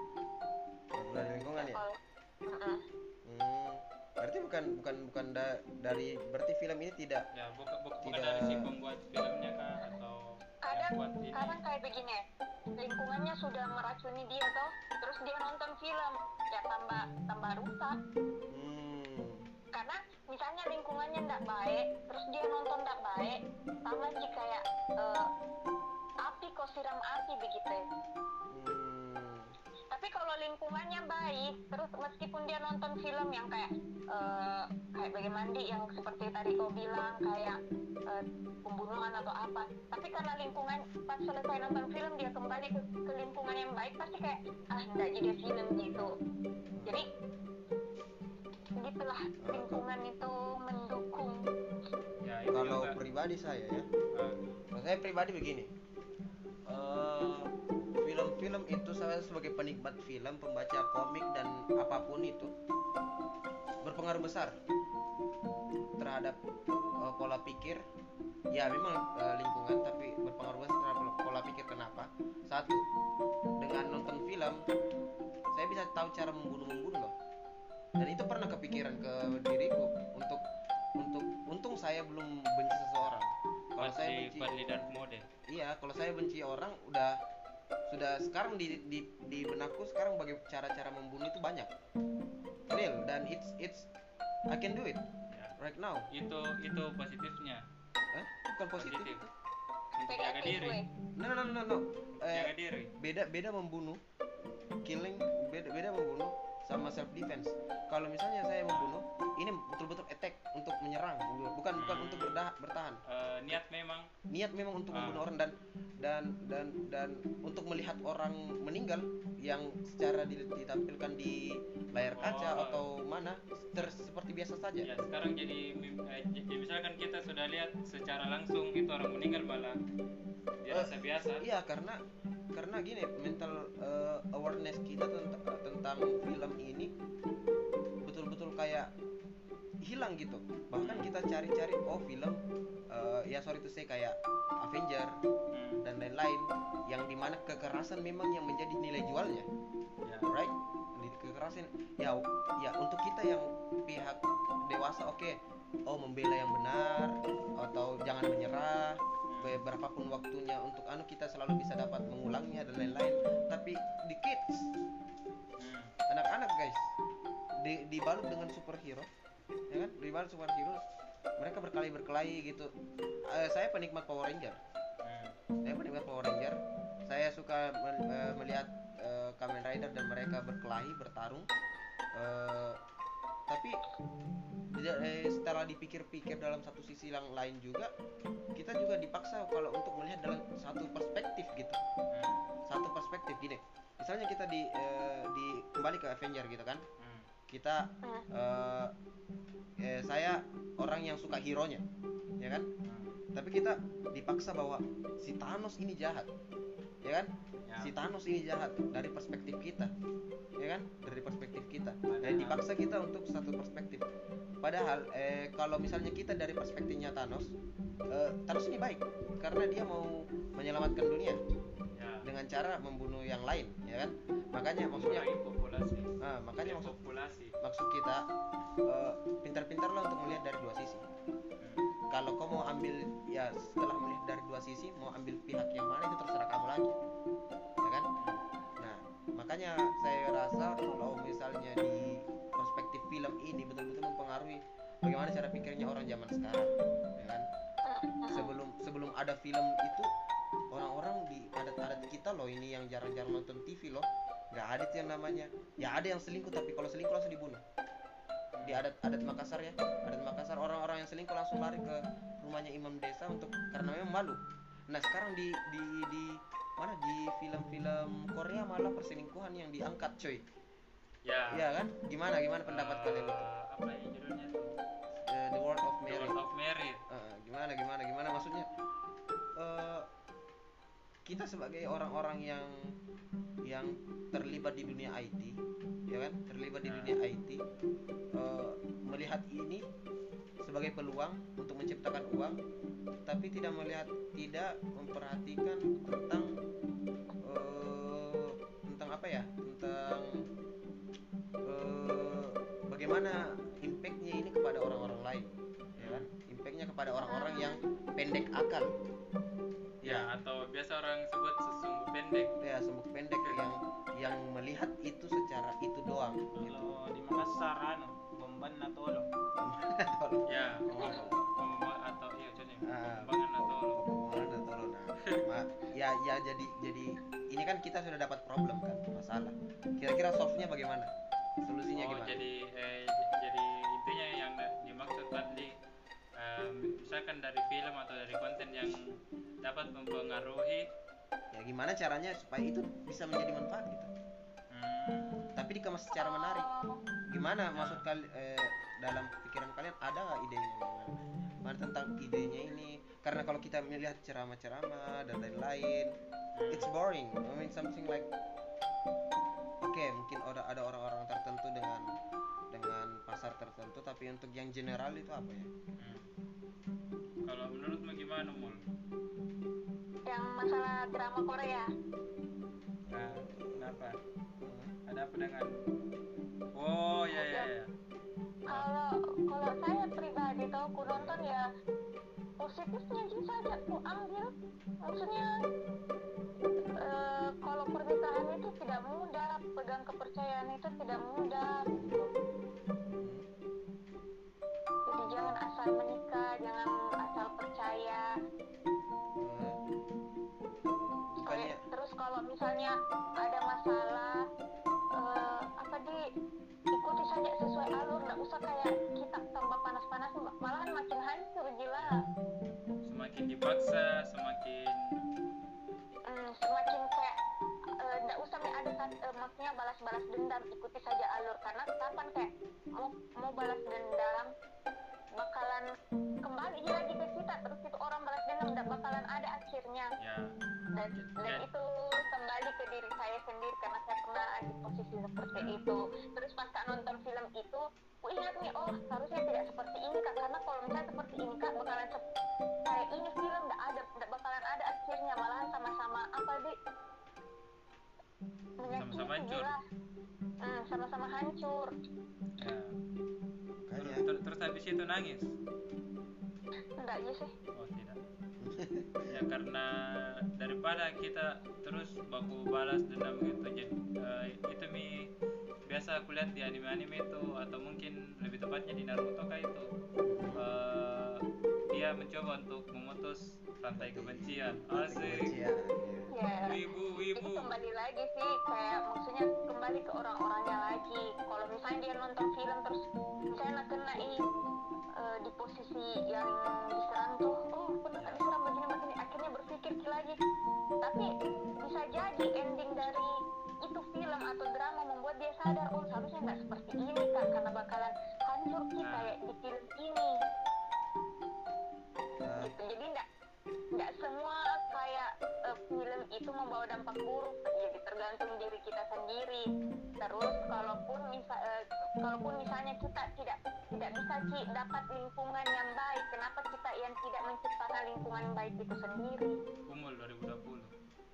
S5: Dari lingkungan ya?
S2: Kalau Mm-mm.
S5: Hmm. Berarti bukan bukan bukan da- dari berarti film ini tidak
S1: Ya bukan bukan bukan
S5: Tidak.
S1: dari si pembuat filmnya kah atau
S2: kadang
S1: yang buat ini.
S2: kadang kayak begini, lingkungannya sudah meracuni dia toh, terus dia nonton film, ya tambah tambah rusak.
S5: hmm.
S2: Karena misalnya lingkungannya tidak baik, terus dia nonton tidak baik, sama sih kayak eh, api kok siram api begitu.
S5: Hmm.
S2: Tapi kalau lingkungannya baik, terus meskipun dia nonton film yang kayak eh, kayak bagaimana di yang seperti tadi kau bilang kayak eh, pembunuhan atau apa, tapi karena lingkungan pas selesai nonton film dia kembali ke, ke lingkungan yang baik, pasti kayak ah enggak jadi film gitu. Jadi gitulah, lingkungan itu mendukung.
S1: Ya itu
S5: Kalau
S1: juga.
S5: pribadi saya ya,
S1: Ah,
S5: kalau saya pribadi begini. Eh, film-film itu saya sebagai penikmat film, pembaca komik dan apapun itu berpengaruh besar terhadap eh, pola pikir. Ya memang eh, lingkungan, tapi berpengaruh besar terhadap pola- pola pikir. Kenapa? Satu, dengan nonton film saya bisa tahu cara membunuh-membunuh loh. Dan itu pernah kepikiran ke diriku untuk untuk untung saya belum benci seseorang. Kalau saya
S1: masih
S5: benci
S1: Fadli Dark Mode.
S5: Iya, kalau saya benci orang udah sudah sekarang di di di benakku sekarang bagi cara-cara membunuh itu banyak. Real dan it's it's I can do it
S1: Ya.
S5: right now.
S1: Itu itu positifnya.
S5: Eh, bukan positif.
S1: Positif.
S5: itu.
S1: Untuk jaga
S2: Negatif
S1: diri.
S2: gue.
S5: No no no no no.
S1: Jaga
S5: Eh,
S1: diri.
S5: beda beda membunuh, killing beda beda membunuh sama self defense. Kalau misalnya saya membunuh, ini betul-betul attack untuk menyerang, bukan bukan untuk berdah- bertahan.
S1: Eh, niat memang
S5: Niat memang untuk
S1: Ah.
S5: membunuh orang dan dan dan dan untuk melihat orang meninggal yang secara di- ditampilkan di layar kaca
S1: Oh.
S5: atau mana ter seperti biasa saja.
S1: Ya sekarang jadi mim- eh, j- ya misalkan kita sudah lihat secara langsung itu orang meninggal malah dirasa
S5: Eh,
S1: biasa.
S5: Iya, karena karena gini, mental eh, awareness kita tentang tentang film ini betul-betul kayak hilang gitu. Bahkan kita cari-cari, oh film eh, ya sorry to say kayak Avenger
S1: Hmm.
S5: dan lain-lain, yang dimana kekerasan memang yang menjadi nilai jualnya,
S1: Ya.
S5: right? Di kekerasan ya ya untuk kita yang pihak dewasa, oke, oh membela yang benar atau jangan menyerah, berapapun waktunya untuk anu kita selalu bisa dapat mengulangnya dan lain-lain. Tapi di kids,
S1: Hmm.
S5: anak-anak guys, di dibalut dengan superhero, ya kan, dibalut superhero, mereka berkelahi berkelahi gitu. Eh, saya penikmat Power Ranger,
S1: Hmm.
S5: saya penikmat Power Ranger. Saya suka mel- eh, melihat eh, Kamen Rider dan mereka berkelahi bertarung. Eh, tapi tidak- eh, setelah dipikir-pikir dalam satu sisi yang lain juga, kita juga dipaksa kalau untuk melihat dalam satu perspektif gitu.
S1: Hmm.
S5: Satu perspektif gini. Misalnya kita di eh, di kembali ke Avenger gitu kan.
S1: Hmm.
S5: Kita eh, eh, saya orang yang suka hero-nya, ya kan?
S1: Hmm.
S5: Tapi kita dipaksa bahwa si Thanos ini jahat, ya kan?
S1: Ya.
S5: Si Thanos ini jahat dari perspektif kita, ya kan? Dari perspektif kita. Dan
S1: Padahal-
S5: dipaksa kita untuk satu perspektif. Padahal eh, kalau misalnya kita dari perspektifnya Thanos, eh, Thanos ini baik karena dia mau menyelamatkan dunia
S1: Ya.
S5: dengan cara membunuh yang lain, ya kan? Makanya maksudnya,
S1: Mengurangi populasi.
S5: ah, makanya maksud
S1: populasi.
S5: maksud kita eh, pintar-pintarlah untuk melihat dari dua sisi.
S1: Hmm.
S5: Kalau kau mau ambil, ya setelah melihat dari dua sisi, mau ambil pihak yang mana itu terserah kamu lagi, ya kan? Nah, makanya saya rasa kalau misalnya di perspektif film ini betul-betul mempengaruhi bagaimana cara pikirnya orang zaman sekarang, ya kan? Sebelum sebelum ada film itu, orang-orang di adat-adat kita loh ini yang jarang-jarang nonton T V loh, nggak ada tuh yang namanya, ya ada yang selingkuh tapi kalau selingkuh langsung dibunuh. Di adat-adat Makassar ya, adat Makassar orang-orang yang selingkuh langsung lari ke rumahnya imam desa untuk karena memang malu. Nah sekarang di di di mana di film-film Korea malah perselingkuhan yang diangkat coy,
S1: Ya.
S5: iya kan? Gimana gimana pendapat
S1: Eh,
S5: kalian itu?
S1: Apa yang judulnya tuh?
S5: The, the World of
S1: The
S5: Mary.
S1: World of Merit.
S5: Eh, gimana gimana gimana maksudnya? Eh, kita sebagai orang-orang yang yang terlibat di dunia I T, ya kan? Terlibat di dunia I T, eh, melihat ini sebagai peluang untuk menciptakan uang, tapi tidak melihat, tidak memperhatikan tentang eh, tentang apa ya? Tentang eh, bagaimana impactnya ini kepada orang-orang lain, ya kan? Impactnya kepada orang-orang yang pendek akal,
S1: Ya, atau biasa orang sebut sesungguh pendek.
S5: ya sembuk pendek yang yang melihat itu secara itu doang gitu.
S4: Kalau di Makassar anu bomban natolo.
S1: Ya, pembuat atau iya contohnya
S5: Ah,
S1: pengembangan atau
S5: pembangunan dan tolong. Nah, ma- ya ya jadi jadi ini kan kita sudah dapat problem kan, masalah. Kira-kira solve-nya bagaimana? Solusinya
S1: oh
S5: gimana?
S1: jadi eh, j- jadi intinya yang da- dimaksud tadi eh, misalkan dari film atau dari konten yang dapat mempengaruhi
S5: Ya gimana caranya supaya itu bisa menjadi manfaat gitu.
S1: hmm,
S5: Tapi dikemas secara menarik. Gimana maksud kali eh, dalam pikiran kalian ada nggak idenya gimana? Mana tentang idenya ini? Karena kalau kita melihat ceramah-ceramah dan lain-lain, it's boring. I mean something like oke, mungkin ada ada orang-orang tertentu dengan dengan pasar tertentu, tapi untuk yang general itu apa ya?
S1: hmm. Kalau menurutmu gimana Mul?
S2: Yang masalah drama Korea.
S1: Nah, kenapa? Ada apa dengan? Oh ya ya ya.
S2: Kalau kalau saya pribadi tahu ku nonton ya positifnya aja saja ku ambil. Maksudnya eh, kalau pernikahan itu tidak mudah, pegang kepercayaan itu tidak mudah. Gitu. Jadi jangan asal menikah, jangan asal percaya.
S5: Eh, bukannya
S2: Terus kalau misalnya ada masalah eh, apa di ikuti saja sesuai alur, nggak usah kayak kita tambah panas-panas, malahan makin hancur gila.
S1: Semakin dipaksa, semakin
S2: Hmm, semakin kayak eh, nggak usah nih ada kat- eh, maksudnya balas-balas dendam, ikuti saja alur karena kapan kayak mau mau mau balas dendam bakalan kembali lagi ke kita, terus itu orang balas dendam dan bakalan ada akhirnya.
S1: Ya.
S2: Dan, dan
S1: Ya.
S2: itu kembali ke diri saya sendiri karena saya pernah di posisi seperti itu. Terus pas Kak nonton film itu, aku ingat nih, oh seharusnya tidak seperti ini Kak, karena kalau misalnya seperti ini Kak bakalan sep- kayak ini film nggak ada, nggak bakalan ada akhirnya, malahan sama-sama apa deh menyakiti,
S1: Sama-sama hancur.
S2: gila. Hmm, sama-sama hancur.
S1: Ya.
S5: Makanya.
S1: Terus, terus habis itu nangis.
S2: Enggak aja sih.
S1: Oh tidak. Ya karena daripada kita terus baku balas dendam gitu, jadi eh, itu mi biasa aku lihat di anime-anime itu, atau mungkin lebih tepatnya di Naruto kayak itu. Eh, dia mencoba untuk memutus rantai kebencian. Asik.
S5: Kebencian, iya.
S2: Ya.
S1: Wibu,
S2: Jadi
S1: wibu.
S2: kembali lagi sih, kayak maksudnya kembali ke orang-orangnya lagi. Kalau misalnya dia nonton film terus misalnya kena i, eh, di posisi yang diserang tuh, oh pernah tak diserang begini-begini, akhirnya berpikir lagi. Tapi bisa jadi ending dari itu film atau drama membuat dia sadar, oh seharusnya nggak seperti ini Kak, karena bakalan hancur kita kayak di film ini.
S5: Nah,
S2: Gitu. Jadi nggak nggak semua kayak eh, film itu membawa dampak buruk, jadi tergantung diri kita sendiri. Terus kalaupun misal eh, kalaupun misalnya kita tidak tidak bisa Ci, dapat lingkungan yang baik, kenapa kita yang tidak menciptakan lingkungan baik itu sendiri?
S1: Kumul dua ribu dua puluh.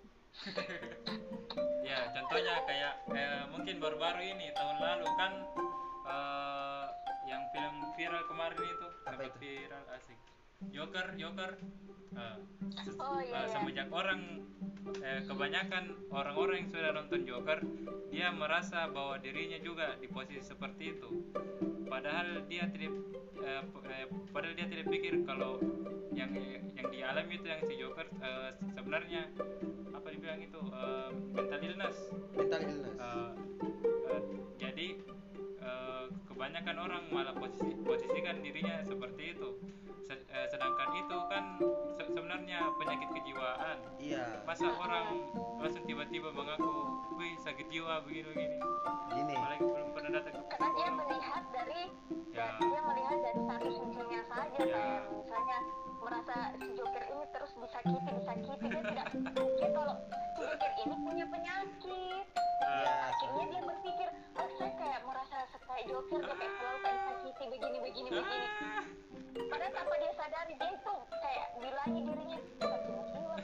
S1: Ya contohnya kayak eh, mungkin baru-baru ini tahun lalu kan eh, yang film viral kemarin itu,
S5: Apa
S1: sempat
S5: itu?
S1: viral asik. Joker, Joker. Eh, se-
S2: Oh, iya,
S1: eh,
S2: iya.
S1: semenjak orang eh, kebanyakan orang-orang yang sudah nonton Joker, dia merasa bahwa dirinya juga di posisi seperti itu. Padahal dia tidak eh, p- eh, padahal dia tidak pikir kalau yang yang dialami itu yang si Joker eh, sebenarnya apa dibilang itu eh, mental illness.
S5: mental illness.
S1: Eh, eh, jadi eh, kebanyakan orang malah posisi posisikan dirinya seperti itu. Se- eh, sedangkan itu kan se- sebenarnya penyakit kejiwaan.
S5: Iya.
S1: Masa orang langsung tiba-tiba mengaku, wih sakit jiwa begini-begini.
S5: Gini.
S1: Apalagi belum pernah datang ke
S2: Karena dia
S1: psikolog.
S2: melihat dari
S1: Ya.
S2: dia melihat dari satu sisinya saja,
S1: Ya.
S2: kayak misalnya merasa si Joker ini terus disakiti disakiti dia tidak pikir kalau si Joker ini punya penyakit.
S1: Eh,
S5: Iya.
S2: Akhirnya dia berpikir, oh saya kayak merasa kayak Joker, dia kayak selalu kayak disakiti begini begini begini. Padahal tanpa dia sadari dia itu kayak bilangi dirinya sakit jiwa.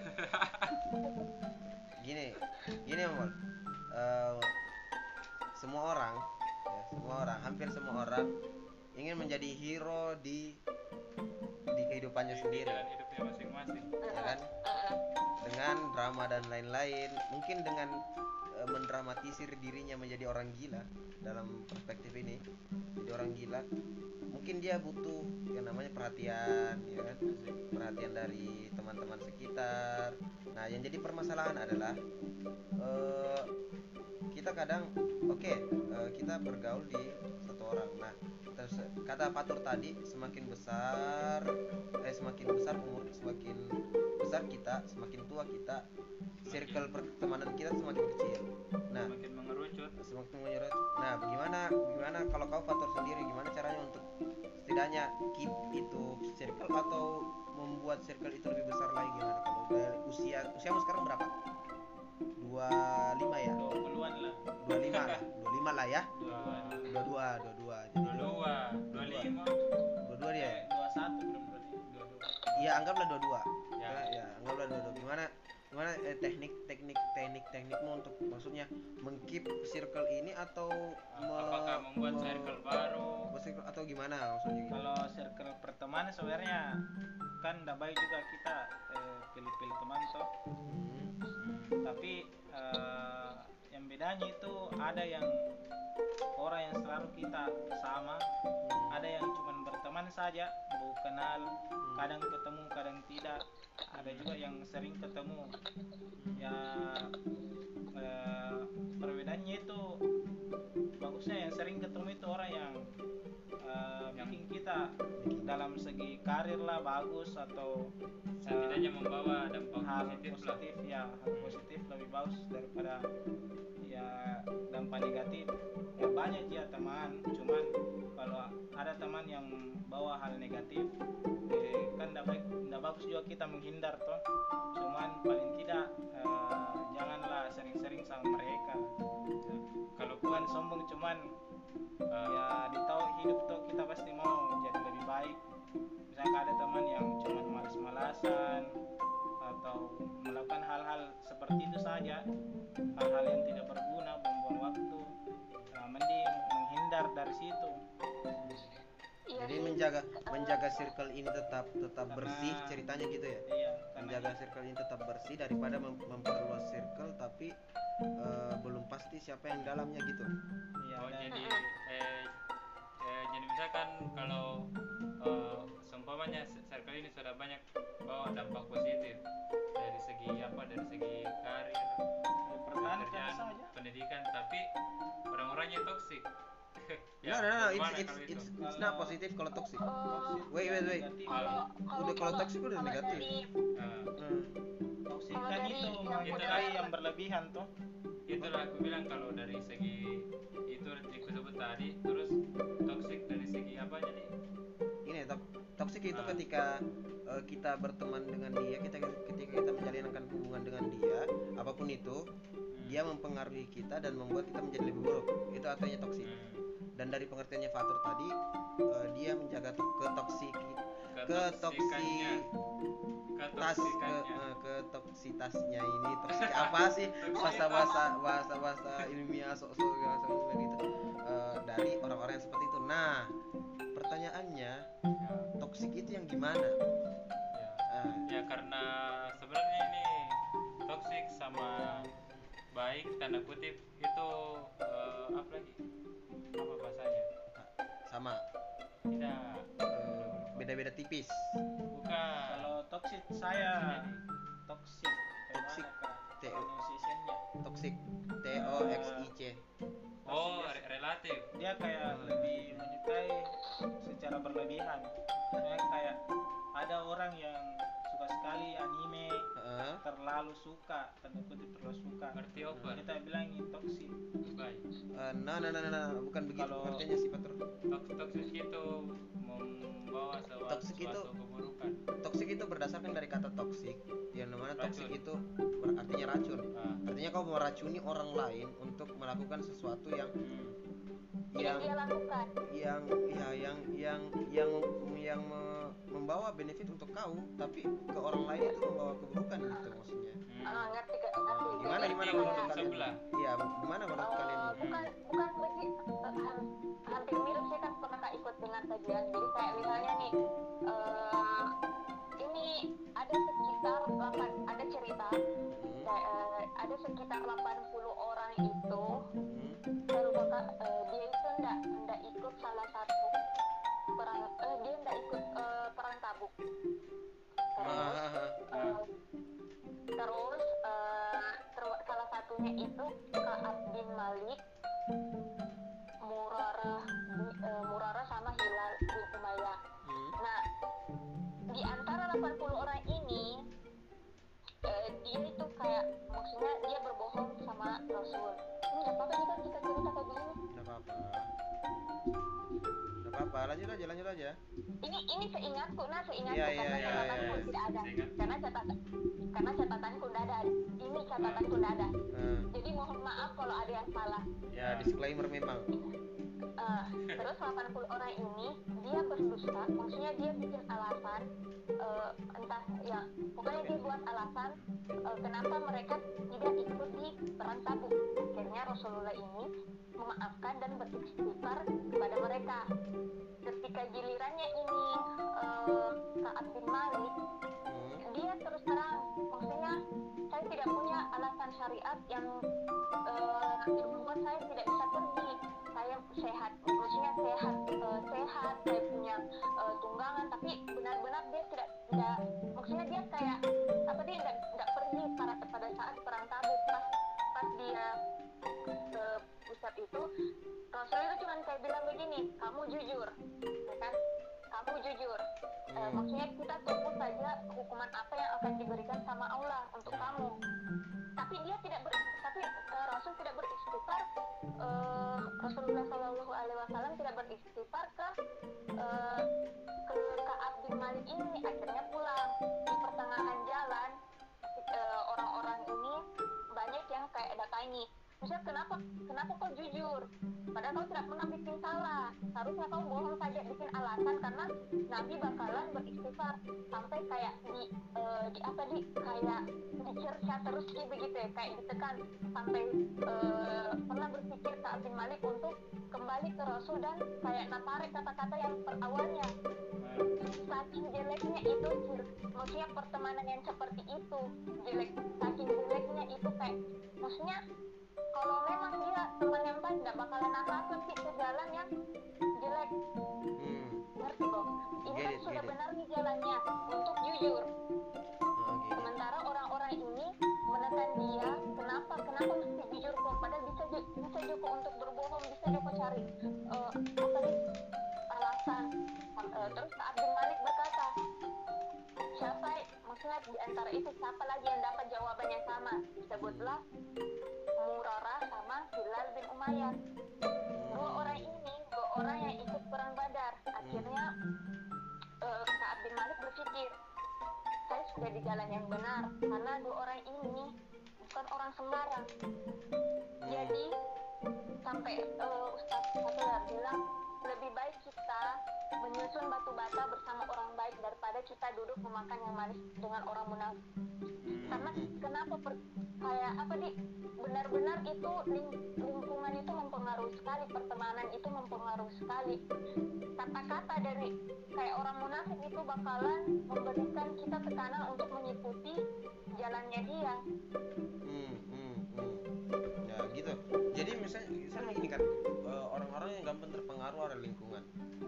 S5: Gini, gini Mol. Eh, semua orang, ya, semua orang, hampir semua orang ingin menjadi hero di di kehidupannya
S1: di
S5: sendiri,
S1: jalan hidupnya masing-masing.
S5: ya kan? Dengan drama dan lain-lain, mungkin dengan eh, mendramatisir dirinya menjadi orang gila dalam perspektif ini, jadi orang gila. Mungkin dia butuh yang namanya perhatian, ya kan? Perhatian dari teman-teman sekitar. Nah, yang jadi permasalahan adalah eh, kita kadang oke eh, kita bergaul di satu orang. Nah, terus kata Patur tadi, semakin besar eh semakin besar umur, semakin besar kita, semakin tua kita, circle pertemanan kita semakin kecil. Nah,
S1: Semakin mengerucut.
S5: semakin menyerut. Nah, bagaimana bagaimana kalau kau Fatur sendiri, gimana caranya untuk setidaknya keep itu circle atau membuat circle itu lebih besar lagi, gimana kalau udah usia usiamu sekarang berapa? dua puluh lima ya?
S4: dua puluhan lah.
S5: dua puluh lima lah, dua puluh lima lah ya.
S1: Dua,
S5: dua puluh dua, dua puluh dua. Jadi
S1: dua, dua, dua lima.
S5: dua puluh dua dia.
S4: Eh, dua puluh satu belum berarti.
S1: Dua, dua.
S5: Iya, anggaplah dua puluh dua.
S1: Ya.
S5: Ya, ya, anggaplah dua puluh dua. Gimana gimana eh, teknik teknik teknik teknikmu untuk maksudnya mengkeep circle ini atau me-
S1: Apakah membuat
S5: me-
S1: circle baru?
S5: membuat circle atau gimana maksudnya gitu?
S4: Kalau circle pertemanan sebenarnya kan tidak baik juga kita eh, pilih-pilih teman toh.
S5: Hmm,
S4: Hmm, tapi eh, yang bedanya itu ada yang orang yang selalu kita sama,
S5: hmm,
S4: ada yang cuma berteman saja, baru kenal, kadang ketemu kadang tidak, ada juga yang sering ketemu. Ya eh, perbedaannya itu bagusnya yang sering ketemu itu orang yang eh,
S1: Yang-
S4: bikin kita dalam segi karir lah bagus atau
S1: setidaknya membawa dampak
S4: hal
S1: positif lah.
S4: positif ya hal positif lebih bagus daripada ya dampak negatif. Ya banyak ya teman, cuman kalau ada teman yang bawa hal negatif eh, kan tidak baik, tidak bagus juga kita menghindar toh. Cuman paling tidak eh, janganlah sering-sering sama mereka.
S1: Kalau
S4: Bukan sombong, cuman
S1: eh,
S4: ya di tahu hidup tuh kita pasti mau jadi lebih baik. Misalnya ada teman yang cuma malas-malasan atau melakukan hal-hal seperti itu saja, hal-hal yang tidak berguna, buang-buang waktu, nah, mending menghindar dari situ.
S2: Iya
S5: Jadi
S2: sih.
S5: menjaga
S2: Eh,
S5: menjaga circle ini tetap tetap
S4: Karena-
S5: bersih ceritanya gitu ya.
S4: Iya, karena
S5: Menjaga circle ini tetap bersih daripada mem- memperluas circle tapi eh, belum pasti siapa yang dalamnya gitu.
S4: iya,
S1: oh,
S4: dan-
S1: jadi eh, eh, jadi misalkan kalau eh, seumpamanya circle ini sudah banyak bawa dampak positif dari segi apa dari segi karir,
S4: pertahankan
S1: pekerjaan,
S4: saja.
S1: pendidikan, tapi orang-orangnya toksik.
S5: No, no, no, it's,
S1: bagaimana
S5: it's,
S1: kalau itu?
S5: it's, it's not positif kalau toxic.
S2: eh,
S5: Wait, wait, wait.
S4: Negatif.
S2: kalau
S5: Udah kalau toxic udah
S2: kalau
S5: negatif.
S2: dari
S1: Eh,
S5: Hmm.
S4: Toksik
S2: Kalau
S4: kan
S2: dari
S4: itu
S2: yang
S4: menyukai
S2: udah-
S4: yang berlebihan tuh.
S1: itulah aku bilang kalau dari segi itu aku sebut tadi, terus toksik dari segi apa jadi
S5: Ini to toxic itu
S1: Ah.
S5: ketika eh, kita berteman dengan dia, kita ketika kita menjalinkan hubungan dengan dia, apapun itu, dia mempengaruhi kita dan membuat kita menjadi lebih buruk. Itu artinya toksik.
S1: hmm,
S5: Dan dari pengertiannya Fatur tadi, eh, dia menjaga to ketoksik
S1: ketoksikannya
S5: ketoksi tas ke,
S1: ketoksikannya
S5: eh, ketoksitasnya ini toksik apa sih bahasa bahasa bahasa bahasa ilmiah sok-sok bahasa ilmiah gitu Eh, dari orang-orang yang seperti itu. Nah, pertanyaannya
S1: ya,
S5: toksik itu yang gimana?
S1: ya.
S5: Ah,
S1: Ya karena sebenarnya ini toksik sama baik tanda kutip itu eh, apa lagi apa bahasanya
S5: sama
S1: tidak
S5: eh, beda-beda tipis.
S1: bukan
S4: Kalau toksik saya toksik.
S5: Toksik.
S4: Bagaimana, Kak,
S5: T-
S4: pronunciation-nya?
S5: Toksik T O X I C.
S1: oh re- relatif
S4: Dia kayak lebih menyukai secara berlebihan. Kayak kayak ada orang yang suka sekali anime,
S5: Heeh.
S4: terlalu suka, tanda kutip terlalu suka.
S1: ngerti over
S4: Kita bilang ini toksik.
S1: baik
S5: Eh, nah, nah, nah, nah, nah, bukan begitu
S4: Kalau-
S5: pengertiannya sih Fatur.
S1: Toks- toksik itu membawa sesuatu,
S5: Toksik itu-
S1: suatu keburukan
S5: Toksik itu berdasarkan dari kata toksik, yang namanya toksik
S1: Racun.
S5: itu berartinya racun.
S1: ah,
S5: Artinya kau meracuni orang lain untuk melakukan sesuatu yang
S1: hmm,
S5: yang
S2: yang dia lakukan.
S5: yang ya yang yang yang yang me- membawa benefit untuk kau, tapi ke orang lain itu membawa keburukan gitu maksudnya.
S1: hmm.
S2: Ah, ngerti Kak, ngerti.
S5: Gimana
S2: Jadi
S5: gimana
S1: Berarti
S5: menurut
S1: untuk
S5: kalian?
S1: sebelah.
S5: Iya, gimana menurut
S2: Eh,
S5: kalian?
S2: bukan bukan begitu eh, ham- hampir mirip sih kan pernah Kak ikut dengan kajian. Jadi kayak misalnya nih eh ini ada sekitar delapan ada cerita
S5: Hmm,
S2: kayak, eh, ada sekitar delapan puluh orang itu
S5: hmm,
S2: saya lupa Kak, eh, dia itu ndak ndak ikut salah satu perang eh, dia ndak ikut eh, perang Tabuk. Terus
S5: ah,
S2: eh, terus eh, ter- salah satunya itu Ka'ab bin Malik, Murarah bi- eh, Murarah sama Hilal bin Umayyah.
S5: hmm,
S2: Nah, di antara delapan puluh orang ini eh, dia itu kayak maksudnya dia berbohong sama Rasul. Ini nggak apa-apa nih kan kita cerita kayak gini.
S5: nggak apa-apa. Nggak apa-apa, lanjut aja, lanjut aja.
S2: Ini ini seingatku, nah seingatku
S5: Iya,
S2: karena
S5: iya, iya,
S2: catatanku
S5: iya.
S2: tidak ada.
S1: Seingat.
S2: Karena catatan karena catatanku tidak ada. Ini catatanku tidak ada.
S5: Eh,
S2: Jadi mohon maaf kalau ada yang salah.
S5: ya disclaimer memang.
S2: Eh, terus delapan puluh orang ini dia berdusta, maksudnya dia bikin alasan eh, entah ya pokoknya dia buat alasan eh, kenapa mereka tidak ikut di perang Tabuk. Akhirnya Rasulullah ini memaafkan dan beristighfar kepada mereka. Ketika gilirannya ini eh, Ka'ab bin Malik,
S5: Hmm,
S2: dia terus terang maksudnya saya tidak punya alasan syariat yang eh, yang membuat saya tidak bisa pergi. Saya sehat, maksudnya sehat, eh, sehat, saya punya eh, tunggangan, tapi benar-benar dia tidak tidak maksudnya dia kayak apa dia tidak tidak pergi pada pada saat perang Tabuk. Pas pas dia ke pusat itu Rasul itu cuma kayak bilang begini, nih, kamu jujur, ya kan? Kamu jujur. Eh,
S5: Hmm.
S2: maksudnya kita tunggu saja hukuman apa yang akan diberikan sama Allah untuk kamu. Tapi dia tidak ber, tapi eh, Rasul tidak beristighfar. eh, Rasulullah Shallallahu Alaihi Wasallam tidak beristighfar ke eh, ke Ka'ab bin Malik ini. Akhirnya pulang. Di pertengahan jalan eh, orang-orang ini banyak yang kayak datangi, Maksudnya kenapa kenapa kau jujur? Padahal kau tidak pernah bikin salah. Seharusnya kau bohong saja bikin alasan karena Nabi bakalan beristighfar sampai kayak di eh, di apa di kayak dicerca terus sih begitu ya, kayak ditekan sampai eh, pernah berpikir Ka'ab bin Malik untuk kembali ke Rasul dan kayak natarek kata-kata yang per awalnya. Saking jeleknya itu, maksudnya pertemanan yang seperti itu jelek, saking jeleknya itu kayak maksudnya kalau memang dia teman yang baik nggak bakalan nakal sih ke jalan yang jelek.
S5: Hmm.
S2: Ngerti dong? Ini
S5: Get
S2: kan
S5: it,
S2: sudah
S5: get it.
S2: benar nih jalannya untuk jujur.
S5: Oh, gini.
S2: Sementara orang-orang ini menekan dia, kenapa kenapa mesti jujur kok? Padahal bisa ju- bisa juga untuk berbohong, bisa juga cari eh, apa nih alasan. Eh, terus Ka'ab bin Malik berkata, siapa maksudnya di antara itu siapa lagi yang dapat jawaban yang sama? Sebutlah Murarah sama Hilal bin Umayyah. Dua orang ini dua orang yang ikut perang Badar. Akhirnya eh, Ka'ab bin Malik berpikir, saya sudah di jalan yang benar karena dua orang ini bukan orang sembarang. Jadi sampai uh, Ustaz Fadil bilang lebih baik kita menyusun batu bata bersama orang baik daripada kita duduk memakan yang manis dengan orang munafik. Karena kenapa per- kayak apa nih benar-benar itu ling- lingkungan itu mempengaruhi sekali, pertemanan itu mempengaruhi sekali. Kata-kata dari kayak orang munafik itu bakalan memberikan kita tekanan untuk mengikuti jalannya dia.
S5: Hmm, hmm, hmm. Ya gitu. Jadi misalnya, misalnya gini kan, eh, orang-orang yang gampang terpengaruh oleh lingkungan.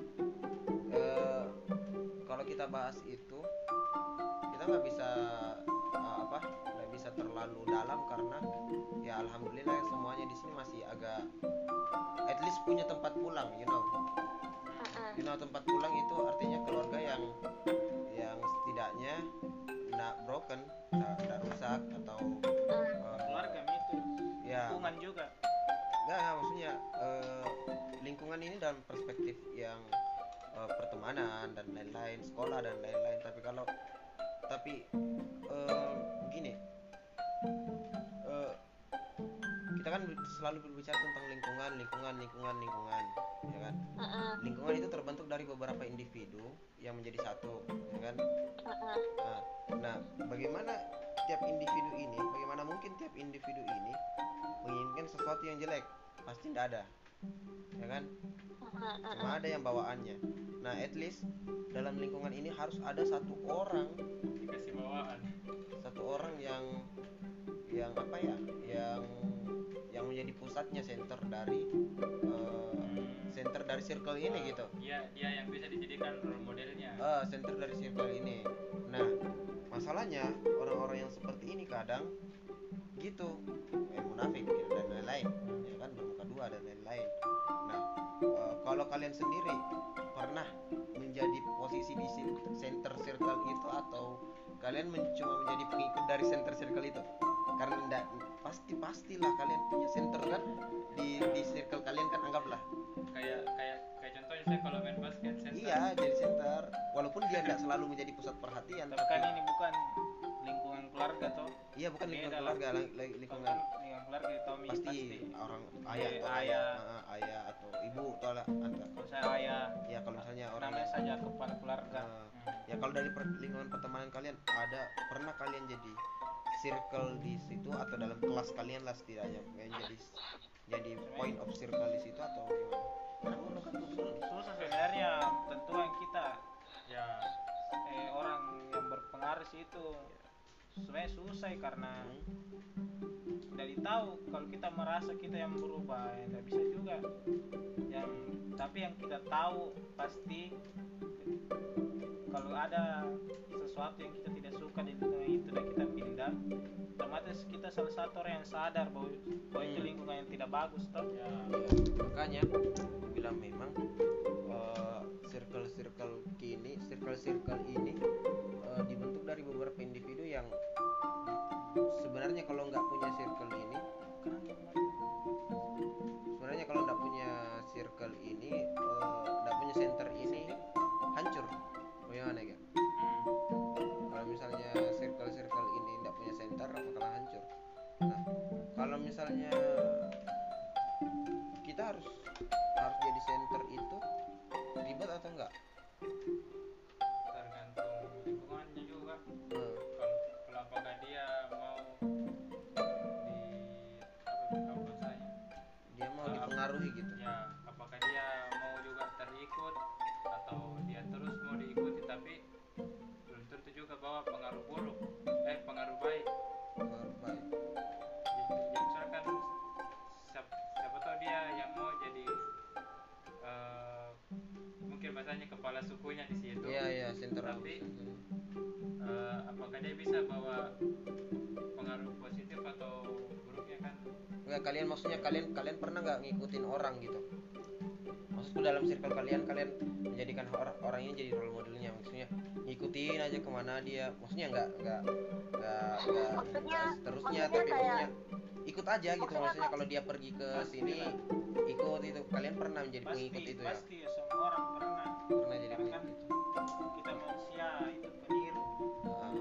S5: Eh, kalau kita bahas itu, kita nggak bisa eh, apa, nggak bisa terlalu dalam karena ya alhamdulillah ya semuanya di sini masih agak, at least punya tempat pulang, you know.
S2: Mm-mm.
S5: You know tempat pulang itu artinya keluarga yang yang setidaknya nggak broken, nggak nggak rusak atau eh,
S4: Keluarga itu
S5: ya
S4: lingkungan juga.
S5: enggak, enggak maksudnya eh, lingkungan ini dalam perspektif yang eh, pertemanan dan lain-lain, sekolah dan lain-lain. Tapi kalau tapi eh, gini, eh, kita kan selalu berbicara tentang lingkungan, lingkungan, lingkungan, lingkungan, ya kan?
S2: Mm-mm.
S5: Lingkungan itu terbentuk dari beberapa individu yang menjadi satu, ya kan?
S2: Mm-mm.
S5: Nah, nah, bagaimana tiap individu ini, bagaimana mungkin tiap individu ini menginginkan sesuatu yang jelek? Pasti tidak ada, ya kan? Cuma ada yang bawaannya. Nah, at least dalam lingkungan ini harus ada satu orang,
S1: Dikasih bawaan.
S5: satu orang yang, yang apa ya, yang yang menjadi pusatnya, center dari, eh, center dari circle ini
S1: Ah,
S5: gitu.
S1: Dia dia yang bisa dijadikan role modelnya.
S5: Ah, center dari circle ini. Nah, masalahnya orang-orang yang seperti ini kadang gitu, eh, munafik gitu, dan lain-lain, ya kan, bermuka dua dan lain-lain. Nah, eh, kalau kalian sendiri pernah menjadi posisi di sin- center circle itu atau kalian men- cuma menjadi pengikut dari center circle itu? Karena enggak, pasti pastilah kalian punya center kan di di circle kalian kan, anggaplah.
S1: Kayak kayak kayak contohnya saya kalau main basket center.
S5: Iya, jadi center. Walaupun dia nggak selalu menjadi pusat perhatian,
S4: Tapi kan ini bukan lingkungan keluarga toh.
S5: iya bukan lingkungan
S4: Beda lah.
S5: keluarga, lang- lang-
S4: Kalau
S5: lingkungan
S4: kan lingkungan keluarga Tommy
S5: pasti,
S4: pasti.
S5: orang ayah,
S4: Eh,
S5: atau
S4: ayah.
S5: ah, ayah atau ibu atau lah, atau
S4: Kalau saya ayah,
S5: ya kalau misalnya orang
S4: namanya saja kepala keluarga.
S5: Ah,
S4: Hmm.
S5: ya kalau dari per- lingkungan pertemanan kalian ada, pernah kalian jadi circle di situ atau dalam kelas kalian lah setidaknya kalian jadi jadi point of circle di situ atau gimana? Karena menurut aku
S4: Su- susah sebenarnya tentuan kita
S1: Ya.
S4: eh, orang yang berpengaruh sih itu sebenarnya susah karena
S5: Hmm.
S4: dari tahu kalau kita merasa kita yang berubah ya nggak bisa juga yang tapi yang kita tahu pasti kalau ada sesuatu sesuatu yang kita tidak suka di lingkungan itu dan kita pindah, otomatis kita salah satu orang yang sadar bahwa, bahwa itu
S5: Hmm.
S4: lingkungan yang tidak bagus toh.
S1: Ya.
S5: Makanya aku bilang memang eh, circle-circle kini, circle-circle ini eh, dibentuk dari beberapa individu yang sebenarnya kalau nggak punya circle ini, sebenarnya kalau nggak punya circle ini, eh, nggak punya center ini, hancur. Bagaimana ya?
S1: Hmm.
S5: Kalau misalnya circle-circle ini nggak punya center, bakalan hancur. Nah, kalau misalnya kita harus harus jadi center itu ribet atau enggak?
S1: Tergantung lingkungannya juga.
S5: Nah,
S1: Kalau kalau apakah dia mau di apa apa bahasanya?
S5: dia mau
S1: Ah,
S5: dipengaruhi gitu.
S1: Ya, apakah dia mau juga terikut atau dia terus mau diikuti tapi belum tentu juga bawa pengaruh buruk, eh pengaruh baik.
S5: Pengaruh baik.
S1: Ya, ya misalkan siapa, siapa tahu dia yang mau jadi eh, mungkin bahasanya kepala sukunya di situ.
S5: Iya iya center
S1: Tapi
S5: house.
S1: eh, apakah dia bisa bawa pengaruh positif atau buruknya kan?
S5: Enggak, kalian maksudnya kalian kalian pernah nggak ngikutin orang gitu? Maksudku dalam circle kalian kalian menjadikan orang orang ini jadi role modelnya, maksudnya ngikutin aja kemana dia, maksudnya nggak nggak nggak nggak
S2: Maksudnya-
S5: nggak seterusnya,
S2: maksudnya
S5: tapi
S2: kayak-
S5: maksudnya ikut aja gitu,
S2: maksudnya
S5: maksudnya
S2: apa?
S5: kalau dia pergi ke
S4: Pasti
S5: sini
S4: lah.
S5: ikut itu. Kalian pernah menjadi
S4: Pasti,
S5: pengikut itu ya?
S4: pasti semua orang pernah.
S5: Pernah jadi
S4: Karena kan
S5: pengikut itu.
S4: kita manusia itu peniru
S5: Ah,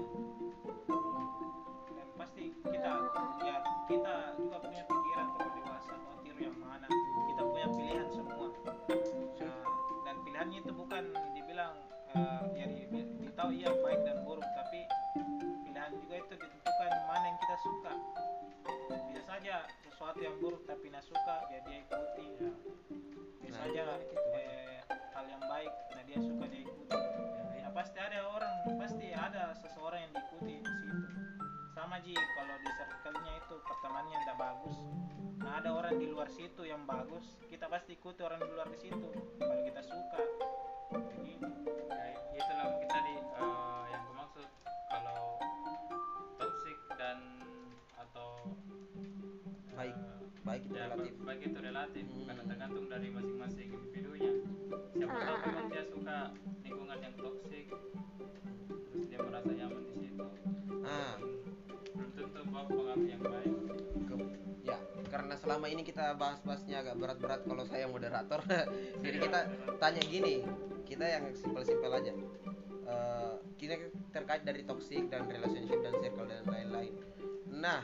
S4: dan pasti kita ya kita juga punya pikiran kalau dewasa mau tiru yang mana. Kita punya pilihan semua. Nah, dan pilihannya itu bukan dibilang eh, ya di- ditahu iya baik dan buruk, tapi pilihan juga itu ditentukan mana yang kita suka. Bisa saja sesuatu yang buruk tapi nak suka ya dia ikuti. Bisa
S5: Nah,
S4: saja
S5: itu gitu.
S4: eh, hal yang baik nah dia suka dia ikuti. Ya pasti ada orang, pasti ada seseorang yang diikuti di situ. Sama Ji, kalau di circle-nya itu pertemanannya tidak bagus. Nah ada orang di luar situ yang bagus, kita pasti ikuti orang di luar di situ. Kalau kita suka, begitu.
S1: Ya, itulah mungkin tadi eh, yang aku maksud kalau toxic dan atau eh,
S5: Baik. Baik itu
S1: ya,
S5: relatif.
S1: ba- baik itu relatif
S5: Hmm.
S1: karena tergantung dari masing-masing individunya. Siapa tahu
S2: Ah.
S1: memang dia suka lingkungan yang toxic, terus dia merasa nyaman di situ.
S5: Ah,
S1: Belum tentu bawa pengaruh yang baik.
S5: ke- ya karena selama ini kita bahas-bahasnya agak berat-berat kalau saya moderator. Jadi kita tanya gini, kita yang simpel-simpel aja. Eh, kita terkait dari toxic dan relationship dan circle dan lain-lain. Nah,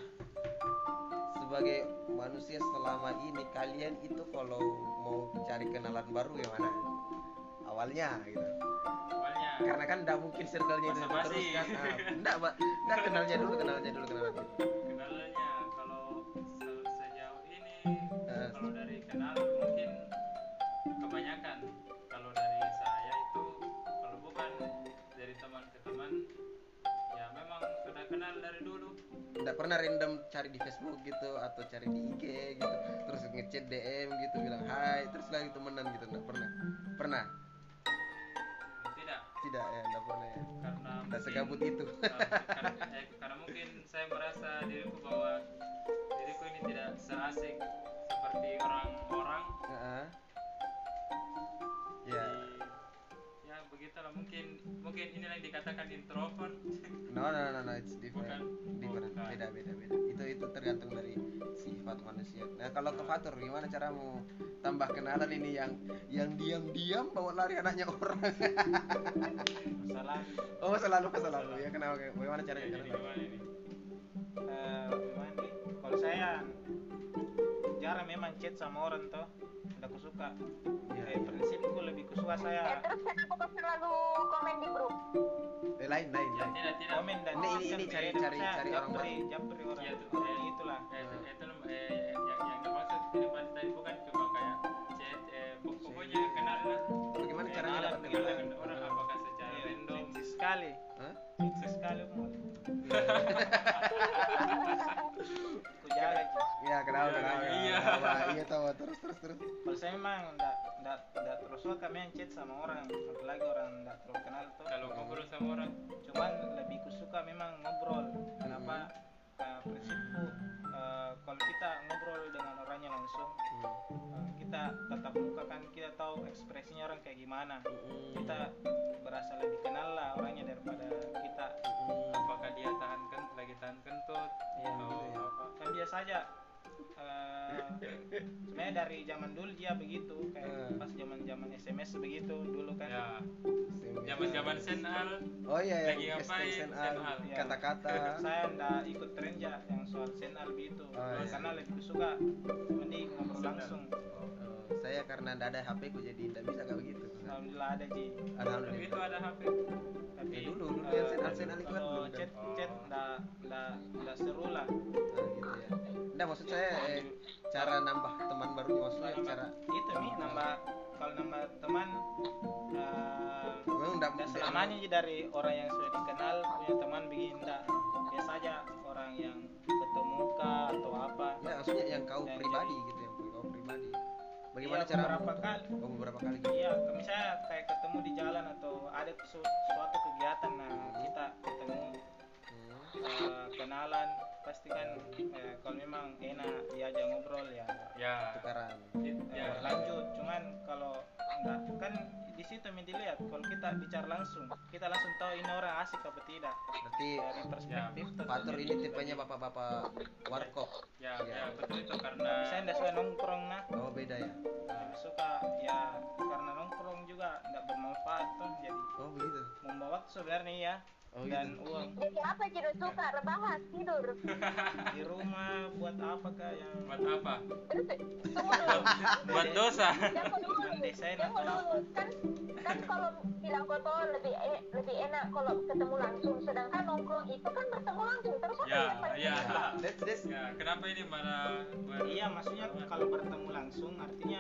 S5: sebagai manusia selama ini kalian itu kalau mau cari kenalan baru gimana? Awalnya gitu.
S1: Awalnya
S5: Karena kan tidak mungkin circle-nya itu
S1: Basa-basi.
S5: terus kan. Ah, enggak, Pak. Enggak kenalnya dulu, kenalnya dulu, kenalnya dulu.
S1: kenalannya kalau se- sejauh ini
S5: Eh.
S1: kalau dari kenal mungkin kebanyakan kalau dari saya itu kalau bukan dari teman ke teman ya memang sudah kenal dari dulu.
S5: Enggak pernah random cari di Facebook gitu atau cari di I G gitu, terus ngechat D M gitu bilang hai, terus lagi temenan gitu, enggak pernah. Pernah?
S1: Tidak,
S5: Tidak ya, enggak pernah ya.
S1: karena
S5: Enggak
S1: mungkin-
S5: segabut itu.
S1: eh, karena, eh, karena mungkin saya merasa diriku bahwa diriku ini tidak seasik seperti orang-orang.
S5: Heeh. Ya,
S1: Jadi, ya begitulah mungkin mungkin inilah yang dikatakan introvert.
S5: no no no no, it's different.
S1: Bukan.
S5: Different.
S1: Bukan.
S5: Beda beda beda. Itu itu tergantung dari sifat manusia. Nah, kalau ke Fatur gimana caramu tambah kenalan ini yang yang diam-diam bawa lari anaknya orang?
S4: Masalah
S5: Oh, selalu selalu ya, kenapa bagaimana
S1: Ya,
S5: caranya?
S1: jadi
S5: Caranya?
S1: gimana ini?
S4: eh, gimana nih? Kalau saya jarang memang chat sama orang toh, tidak kusuka.
S5: Ya,
S4: Eh, prinsipku lebih kusuka
S2: Eh,
S4: saya
S2: terus kenapa kau selalu komen di grup?
S5: Eh, lain lain
S1: Ya
S5: lain.
S1: tidak tidak.
S4: komen dan
S5: Ini- ini-
S4: share
S5: ini
S4: di
S5: cari-
S4: hidup
S5: cari-
S4: saya,
S5: cari orang
S4: japri,
S5: baru.
S4: japri orang,
S1: Ya, itu,
S4: orang
S1: eh,
S4: itulah.
S1: Eh, itu, itu eh, yang yang dimaksud ini pada tadi bukan cuma kayak chat eh, pok- pokoknya kenal lah.
S5: Bagaimana caranya
S1: Kenalan
S5: dapat
S1: kenal
S5: kenalan?
S1: dengan orang apakah secara
S4: Iya,
S1: random.
S4: seksi sekali,
S5: Hah?
S4: seksi sekali mau. Ku jaga Ji.
S5: Iya, kenapa
S1: Iya,
S5: kenapa?
S1: iya.
S5: Kenapa? Iya tahu terus terus terus.
S4: Kalau saya memang ndak ndak ndak terus suka main chat sama orang, apalagi orang ndak terlalu kenal tuh.
S1: Kalau ngobrol sama sama orang.
S4: Cuman lebih kusuka memang ngobrol. Kenapa? Uh, prinsipku uh, kalau kita ngobrol dengan orangnya langsung, uh, kita tatap muka kan kita tahu ekspresinya orang kayak gimana. Kita berasa lebih kenal lah orangnya daripada kita.
S1: Apakah dia tahan kan lagi tahan kentut
S4: Ya,
S1: atau
S5: gitu ya.
S1: apa?
S4: kan biasa aja. Uh, sebenarnya dari zaman dulu dia begitu, kayak
S5: Hmm.
S4: pas zaman zaman S M S begitu dulu kan.
S1: Ya, zaman-zaman senal.
S5: Oh iya,
S1: Lagi
S5: yang
S1: ngapain?
S5: hashtag
S1: Senal.
S5: senal,
S4: Ya.
S5: kata-kata.
S4: Saya ndak ikut tren ya yang soal senal begitu.
S5: Oh, iya.
S4: Karena lebih suka mending ngobrol langsung.
S5: Oh, saya karena ndak ada H P ku jadi ndak bisa kayak begitu.
S4: Alhamdulillah ada Ji.
S1: Tapi
S5: Alhamdulillah.
S1: itu ada H P.
S4: Tapi
S5: Ya, dulu, dulu
S4: eh,
S5: yang senal-senal itu kan
S4: kalau
S5: dulu kan.
S4: chat chat ndak ndak ndak seru lah.
S5: Nah, gitu ya. Nggak, maksud saya eh, cara nambah teman baru maksudnya
S4: Nambah-
S5: cara
S4: itu nih nambah kalau nambah teman eh,
S5: memang nggak
S4: nggak selamanya Ji dari orang yang sudah dikenal punya teman begini ndak. Biasa aja orang yang ketemu kah atau apa.
S5: ya maksudnya yang kau
S4: Dan
S5: pribadi
S4: jadi-
S5: gitu yang kau pribadi. Bagaimana
S4: Iya,
S5: cara
S4: beberapa kali.
S5: Oh, beberapa kali gitu.
S4: Iya, kalau misalnya kayak ketemu di jalan atau ada su- suatu kegiatan, nah kita ketemu
S5: Hmm.
S4: eh, kenalan, pasti kan eh, kalau memang enak diajak ngobrol ya,
S1: Ya.
S5: Tukaran.
S1: It-
S4: eh,
S1: ya.
S4: lanjut. Cuman kalau enggak kan di situ yang dilihat. Kalau kita bicara langsung, kita langsung tahu ini orang asik apa tidak
S5: Berarti
S4: dari perspektif.
S5: Fatur ini tipenya bapak-bapak warkop.
S1: Ya,
S5: Iya.
S1: ya, betul itu karena
S4: Saya tidak suka nongkrong nah,
S5: Oh, beda ya.
S4: lebih suka ya karena nongkrong juga tidak bermanfaat tuh, jadi
S5: Oh, begitu.
S4: membawa waktu sebenarnya ya.
S5: Oh,
S4: Dan
S5: gitu.
S4: uang
S2: Jadi apa Cido suka rebahan tidur?
S4: di rumah buat apa kak yang
S1: buat apa?
S2: Terus tunggu dulu.
S1: Buat dosa.
S2: Jangan dulu.
S4: Mendesain
S2: Jangan
S4: atau
S2: dulu. Kan kan kalau bilang koto lebih e- lebih enak kalau ketemu langsung. Sedangkan nongkrong itu kan bertemu langsung. Terus apa
S1: Ya,
S2: yang paling
S1: ya.
S2: enak?
S5: That's this.
S1: Ya, kenapa ini malah ber
S4: iya maksudnya kalau bertemu langsung artinya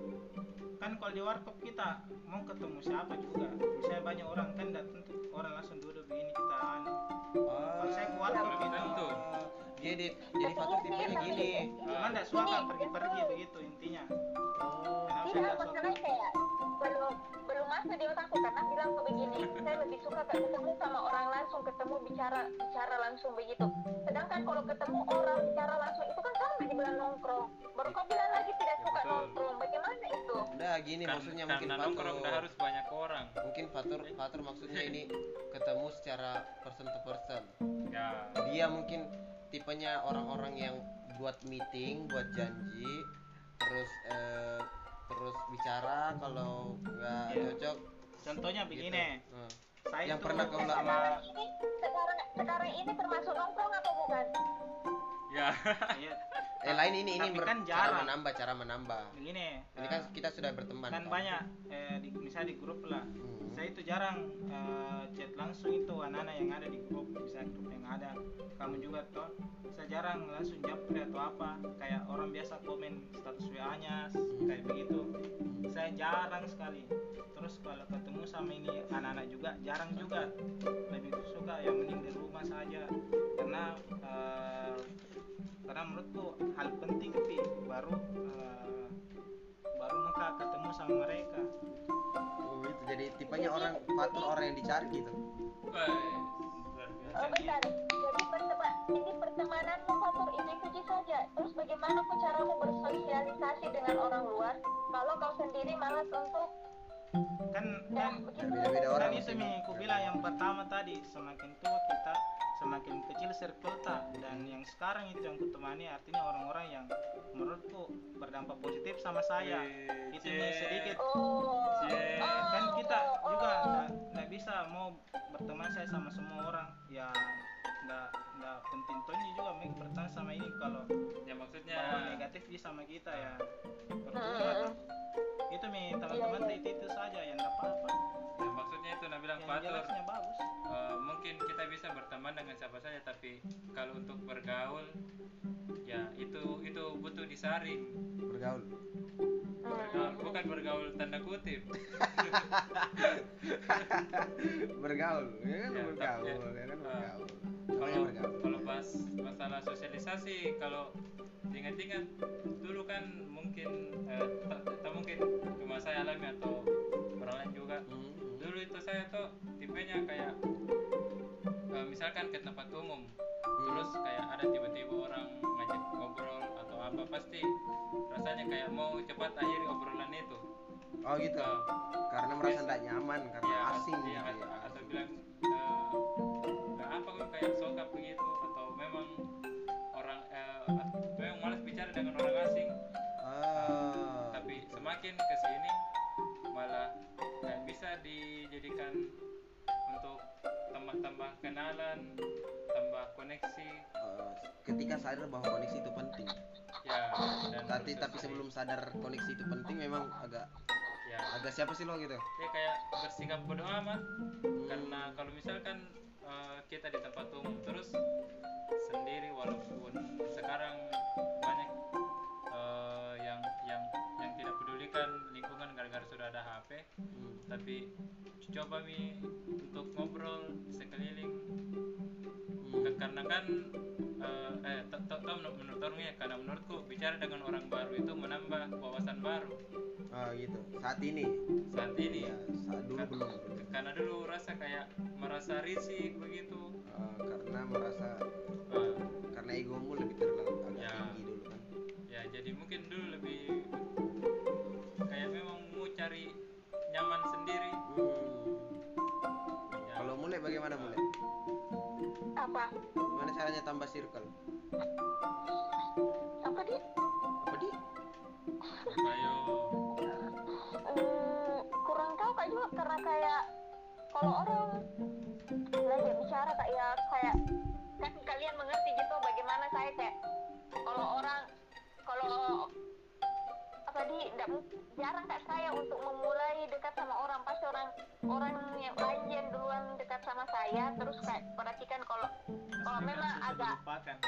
S4: kan kalau di warkop kita mau ketemu siapa juga misalnya banyak orang kan tidak tentu orang langsung duduk begini kita anu. Kalau saya ke warkop
S1: belum
S4: gitu
S1: tentu.
S5: Jadi jadi Fatur tipenya gini.
S4: cuman tidak suka pergi-pergi begitu intinya.
S5: Oh.
S4: Kenapa saya
S2: Tidak,
S4: tidak suka?
S2: masalahnya kayak belum belum masuk di otakku karena bilang tuh begini. Saya lebih suka kayak ketemu sama orang langsung, ketemu bicara bicara langsung begitu. Sedangkan kalau ketemu orang bicara langsung itu kan sama dibilang nongkrong. Baru kau bilang lagi tidak
S1: Ya,
S2: suka
S1: betul.
S2: nongkrong. Bagaimana itu?
S5: Udah gini
S1: Kan-
S5: maksudnya mungkin
S1: karena nongkrong
S5: Fatur.
S1: udah harus banyak orang.
S5: Mungkin Fatur Fatur maksudnya ini ketemu secara person to person.
S1: Ya.
S5: Dia mungkin tipenya orang-orang yang buat meeting, buat janji, terus eh, terus bicara kalau nggak
S4: Iya.
S5: cocok.
S4: Contohnya
S5: gitu.
S4: begini,
S5: Hmm.
S4: saya
S5: Yang
S4: tuh
S5: pernah kau
S4: sama
S2: Sekarang ini sekarang sekarang ini termasuk nongkrong apa bukan?
S1: Ya.
S4: iya,
S5: Eh lain ini ini
S4: tapi
S5: ber-
S4: kan
S5: cara
S4: jarang.
S5: menambah, cara menambah.
S4: begini.
S5: Ini
S4: eh,
S5: kan kita sudah berteman.
S4: kan banyak eh, di misalnya di grup lah.
S5: Hmm.
S4: Saya itu jarang eh, chat langsung itu anak-anak yang ada di grup, misalnya grup yang ada. Kamu juga toh. Saya jarang langsung japri atau apa. Kayak orang biasa komen status W A-nya kayak begitu. Saya jarang sekali. Terus kalau ketemu sama ini anak-anak juga jarang juga. Lebih suka yang mending di rumah saja. Karena eh, karena menurutku hal penting Pi baru eh, baru muka ketemu sama mereka.
S5: Oh, itu jadi tipenya orang Fatur orang yang dicari gitu.
S1: Wah, luar biasa.
S2: Oh bentar. Jadi pertema jadi pertemananmu Fatur itu itu saja. Terus bagaimana kau caramu bersosialisasi dengan orang luar kalau kau sendiri malas untuk
S4: Kan
S2: ya
S4: kan
S2: begitu
S5: Beda-beda
S2: lah.
S5: orang
S4: kan itu
S5: masih-
S4: nih aku bilang yang pertama tadi semakin tua kita semakin kecil circle tak dan yang sekarang itu yang kutemani artinya orang-orang yang menurutku berdampak positif sama saya
S1: Wih,
S4: itu nih
S1: cie.
S4: sedikit
S2: Oh.
S1: Cie.
S2: Oh.
S4: kan kita juga nggak nggak bisa mau berteman saya sama semua orang ya nggak nggak penting tonyi juga mau berteman sama ini kalau
S1: Ya maksudnya
S4: bawa negatif dia sama kita ya percuma
S2: Hmm.
S4: itu nih teman-teman
S2: Iya, iya.
S4: itu itu saja yang nggak apa-apa
S1: ya maksudnya itu nah bilang
S4: yang
S1: Fatur.
S4: jelasnya bagus.
S1: Eh, mungkin kita bisa berteman dengan siapa saja tapi kalau untuk bergaul ya itu itu butuh disaring.
S5: Bergaul.
S1: Bergaul bukan bergaul tanda kutip.
S5: Bergaul. Ya kan
S1: Ya,
S5: bergaul,
S1: tapi-
S5: ya kan
S1: eh,
S5: bergaul.
S1: Kalau
S5: Namanya bergaul.
S1: kalau pas masalah sosialisasi kalau ingat-ingat dulu kan mungkin eh, tak tak mungkin cuma saya alami atau orang lain juga.
S5: Hmm.
S1: Dulu itu saya tuh tipenya kayak pasti rasanya kayak mau cepat akhiri obrolan itu.
S5: Oh gitu.
S1: Eh,
S5: Karena merasa
S1: biasa.
S5: tidak nyaman karena
S1: Iya,
S5: asing
S1: iya,
S5: gitu ya.
S1: atau bilang eh, "Nah, apa kok kayak sokap begitu atau memang orang eh, at- memang malas bicara dengan orang asing."
S5: Ah.
S1: Tapi semakin ke sini malah kayak bisa dijadikan untuk tambah-tambah kenalan, tambah koneksi.
S5: Eh, ketika sadar bahwa koneksi itu penting.
S1: Ya, dan
S5: Tapi
S1: proses
S5: tapi
S1: ini,
S5: sebelum sadar koneksi itu penting memang agak
S1: ya,
S5: agak siapa sih lo gitu.
S1: dia kayak bersikap bodo amat.
S5: Hmm.
S1: Karena kalau misalkan eh, kita di tempat umum terus sendiri, walaupun sekarang banyak eh, yang yang yang tidak pedulikan lingkungan gara-gara sudah ada H P,
S5: Hmm.
S1: tapi coba mi untuk ngobrol di sekeliling.
S5: Hmm.
S1: Ke- karena kan eh eh tau tau tau menurut orang ya, karena menurutku bicara dengan orang baru itu menambah wawasan baru
S5: Ah gitu. Saat ini.
S1: saat ini.
S5: Ya, saat dulu
S1: Kan-
S5: belum.
S1: karena dulu rasa kayak merasa risih begitu.
S5: Ah, karena merasa
S1: Ah,
S5: karena egomu lebih terlalu agak
S1: Ya.
S5: tinggi dulu kan.
S1: ya jadi mungkin dulu lebih kayak memang mau cari nyaman sendiri.
S5: Hmm.
S1: Ya,
S5: Kalau mulai bagaimana mulai?
S2: Apa?
S5: Gimana caranya tambah circle?
S2: Apa di?
S5: Apa di?
S1: ayo.
S2: Hmm, kurang tahu kak juga karena kayak kalau orang belajar bicara kak ya kayak kan kalian mengerti gitu bagaimana saya kayak kalau orang kalau apa di nggak mu- jarang kak saya untuk memulai dekat sama orang, pasti orang orang yang lain yang duluan dekat sama saya terus kayak perhatikan kalau kalau memang agak
S4: Lupakan.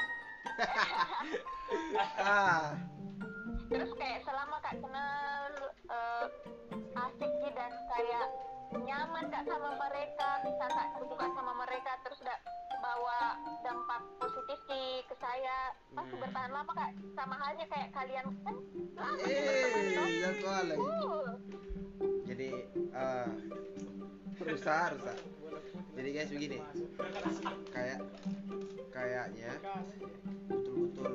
S5: Ah.
S2: terus kayak selama kak kenal eh, asik sih dan kayak nyaman kak sama mereka, bisa kak terbuka sama mereka terus udah bawa dampak positif sih ke saya pasti
S5: Hmm.
S2: bertahan lama kak, sama halnya kayak kalian kan lama sih berteman
S5: Eh,
S2: toh.
S5: yang tua lagi.
S2: Uh,
S5: Jadi eh berusaha, berusaha. Jadi guys begini, kayak kayaknya betul-betul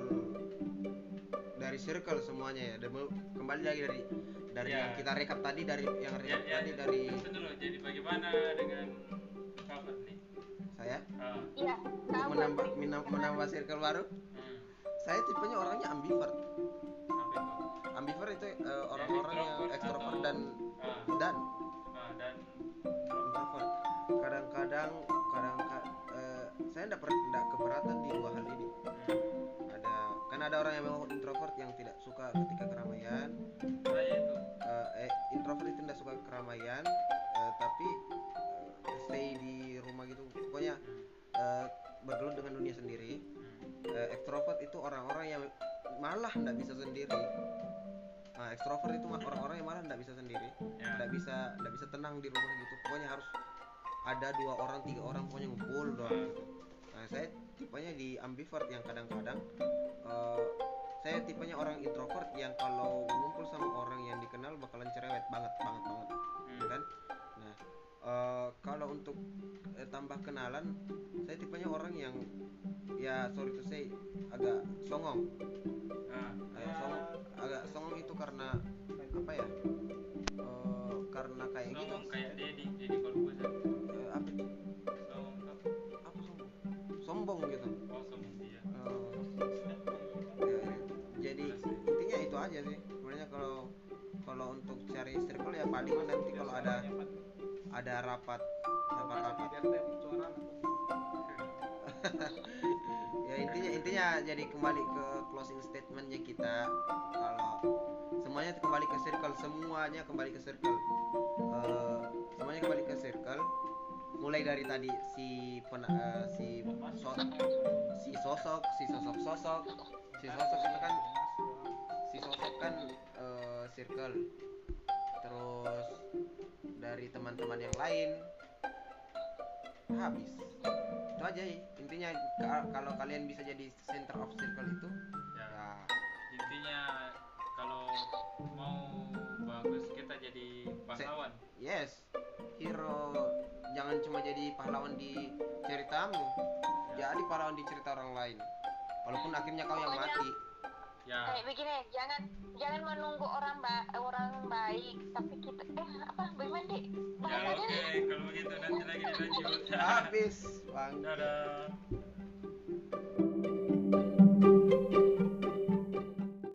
S5: dari circle semuanya ya. Dan mau- kembali lagi dari dari
S1: Ya.
S5: yang kita rekap tadi, dari yang
S1: Ya,
S5: rekap
S1: ya,
S5: tadi dari
S1: itu dulu. Jadi bagaimana dengan kawan nih?
S5: saya
S1: Ah,
S2: iya tahu
S5: menambah
S2: Kak.
S5: menam- menambah circle baru.
S1: hmm,
S5: Saya tipenya orangnya ambivert.
S1: apa itu?
S5: Ambivert itu eh, orang-orang yang
S1: Extrovert
S5: ekstrovert
S1: atau-
S5: dan
S1: Ah,
S5: dan
S1: ah, dan
S5: introvert. Kadang-kadang kadang eh, saya enggak enggak keberatan di dua hal ini.
S1: hmm,
S5: Ada kan ada orang yang memang introvert yang tidak suka ketika keramaian.
S1: saya itu.
S5: Eh, eh, introvert itu tidak suka keramaian, eh, tapi eh, stay di rumah gitu. Pokoknya
S1: Hmm,
S5: eh, bergelut dengan dunia sendiri.
S1: hmm,
S5: Eh, ekstrovert itu orang-orang yang malah tidak bisa sendiri. Nah, ekstrovert itu mah orang-orang yang malah tidak bisa sendiri,
S1: Ya.
S5: tidak bisa tidak bisa tenang di rumah gitu. Pokoknya harus ada dua orang, tiga orang, pokoknya ngumpul doang. Nah, saya tipenya di ambivert yang kadang-kadang eh, saya tipenya orang introvert yang kalau ngumpul sama orang yang dikenal bakalan cerewet banget, banget, banget,
S1: hmm.
S5: kan? Nah, eh, kalau untuk eh, tambah kenalan, saya tipenya orang yang ya sorry to say agak songong.
S1: Ah,
S5: Agak songong, agak songong itu karena apa ya? Eh, karena kayak gitu.
S1: Ngomong kayak Dedi, Dedi Corbuzier.
S5: Eh, apa itu?
S1: Ngomong tuh,
S5: Apa sombong? Sombong gitu.
S1: oh sombong dia.
S5: Eh, ya, jadi intinya itu aja sih. Sebenarnya kalau kalau untuk cari circle ya paling nanti kalau ada ada rapat rapat rapat ya intinya intinya jadi kembali ke closing statementnya kita, kalau semuanya kembali ke circle, semuanya kembali ke circle. Eh, semuanya kembali ke circle, mulai dari tadi si pena, eh, si so- si sosok si sosok sosok si sosok itu kan si sosok kan eh, circle, terus dari teman-teman yang lain habis. Itu aja ya. Intinya ka- kalau kalian bisa jadi center of circle itu
S1: Ya,
S5: ya
S1: intinya kalau mau bagus kita jadi pahlawan.
S5: yes, hero. Jangan cuma jadi pahlawan di ceritamu,
S1: Ya.
S5: jadi pahlawan di cerita orang lain, walaupun akhirnya kau yang mati.
S1: Ya.
S2: Kayak begini, jangan jangan menunggu orang ba- orang baik, tapi kita eh apa bagaimana deh?
S1: Ya
S2: Bahasanya
S1: oke, kalau begitu nanti lagi dilanjut.
S5: Habis, Bang.
S1: Dadah.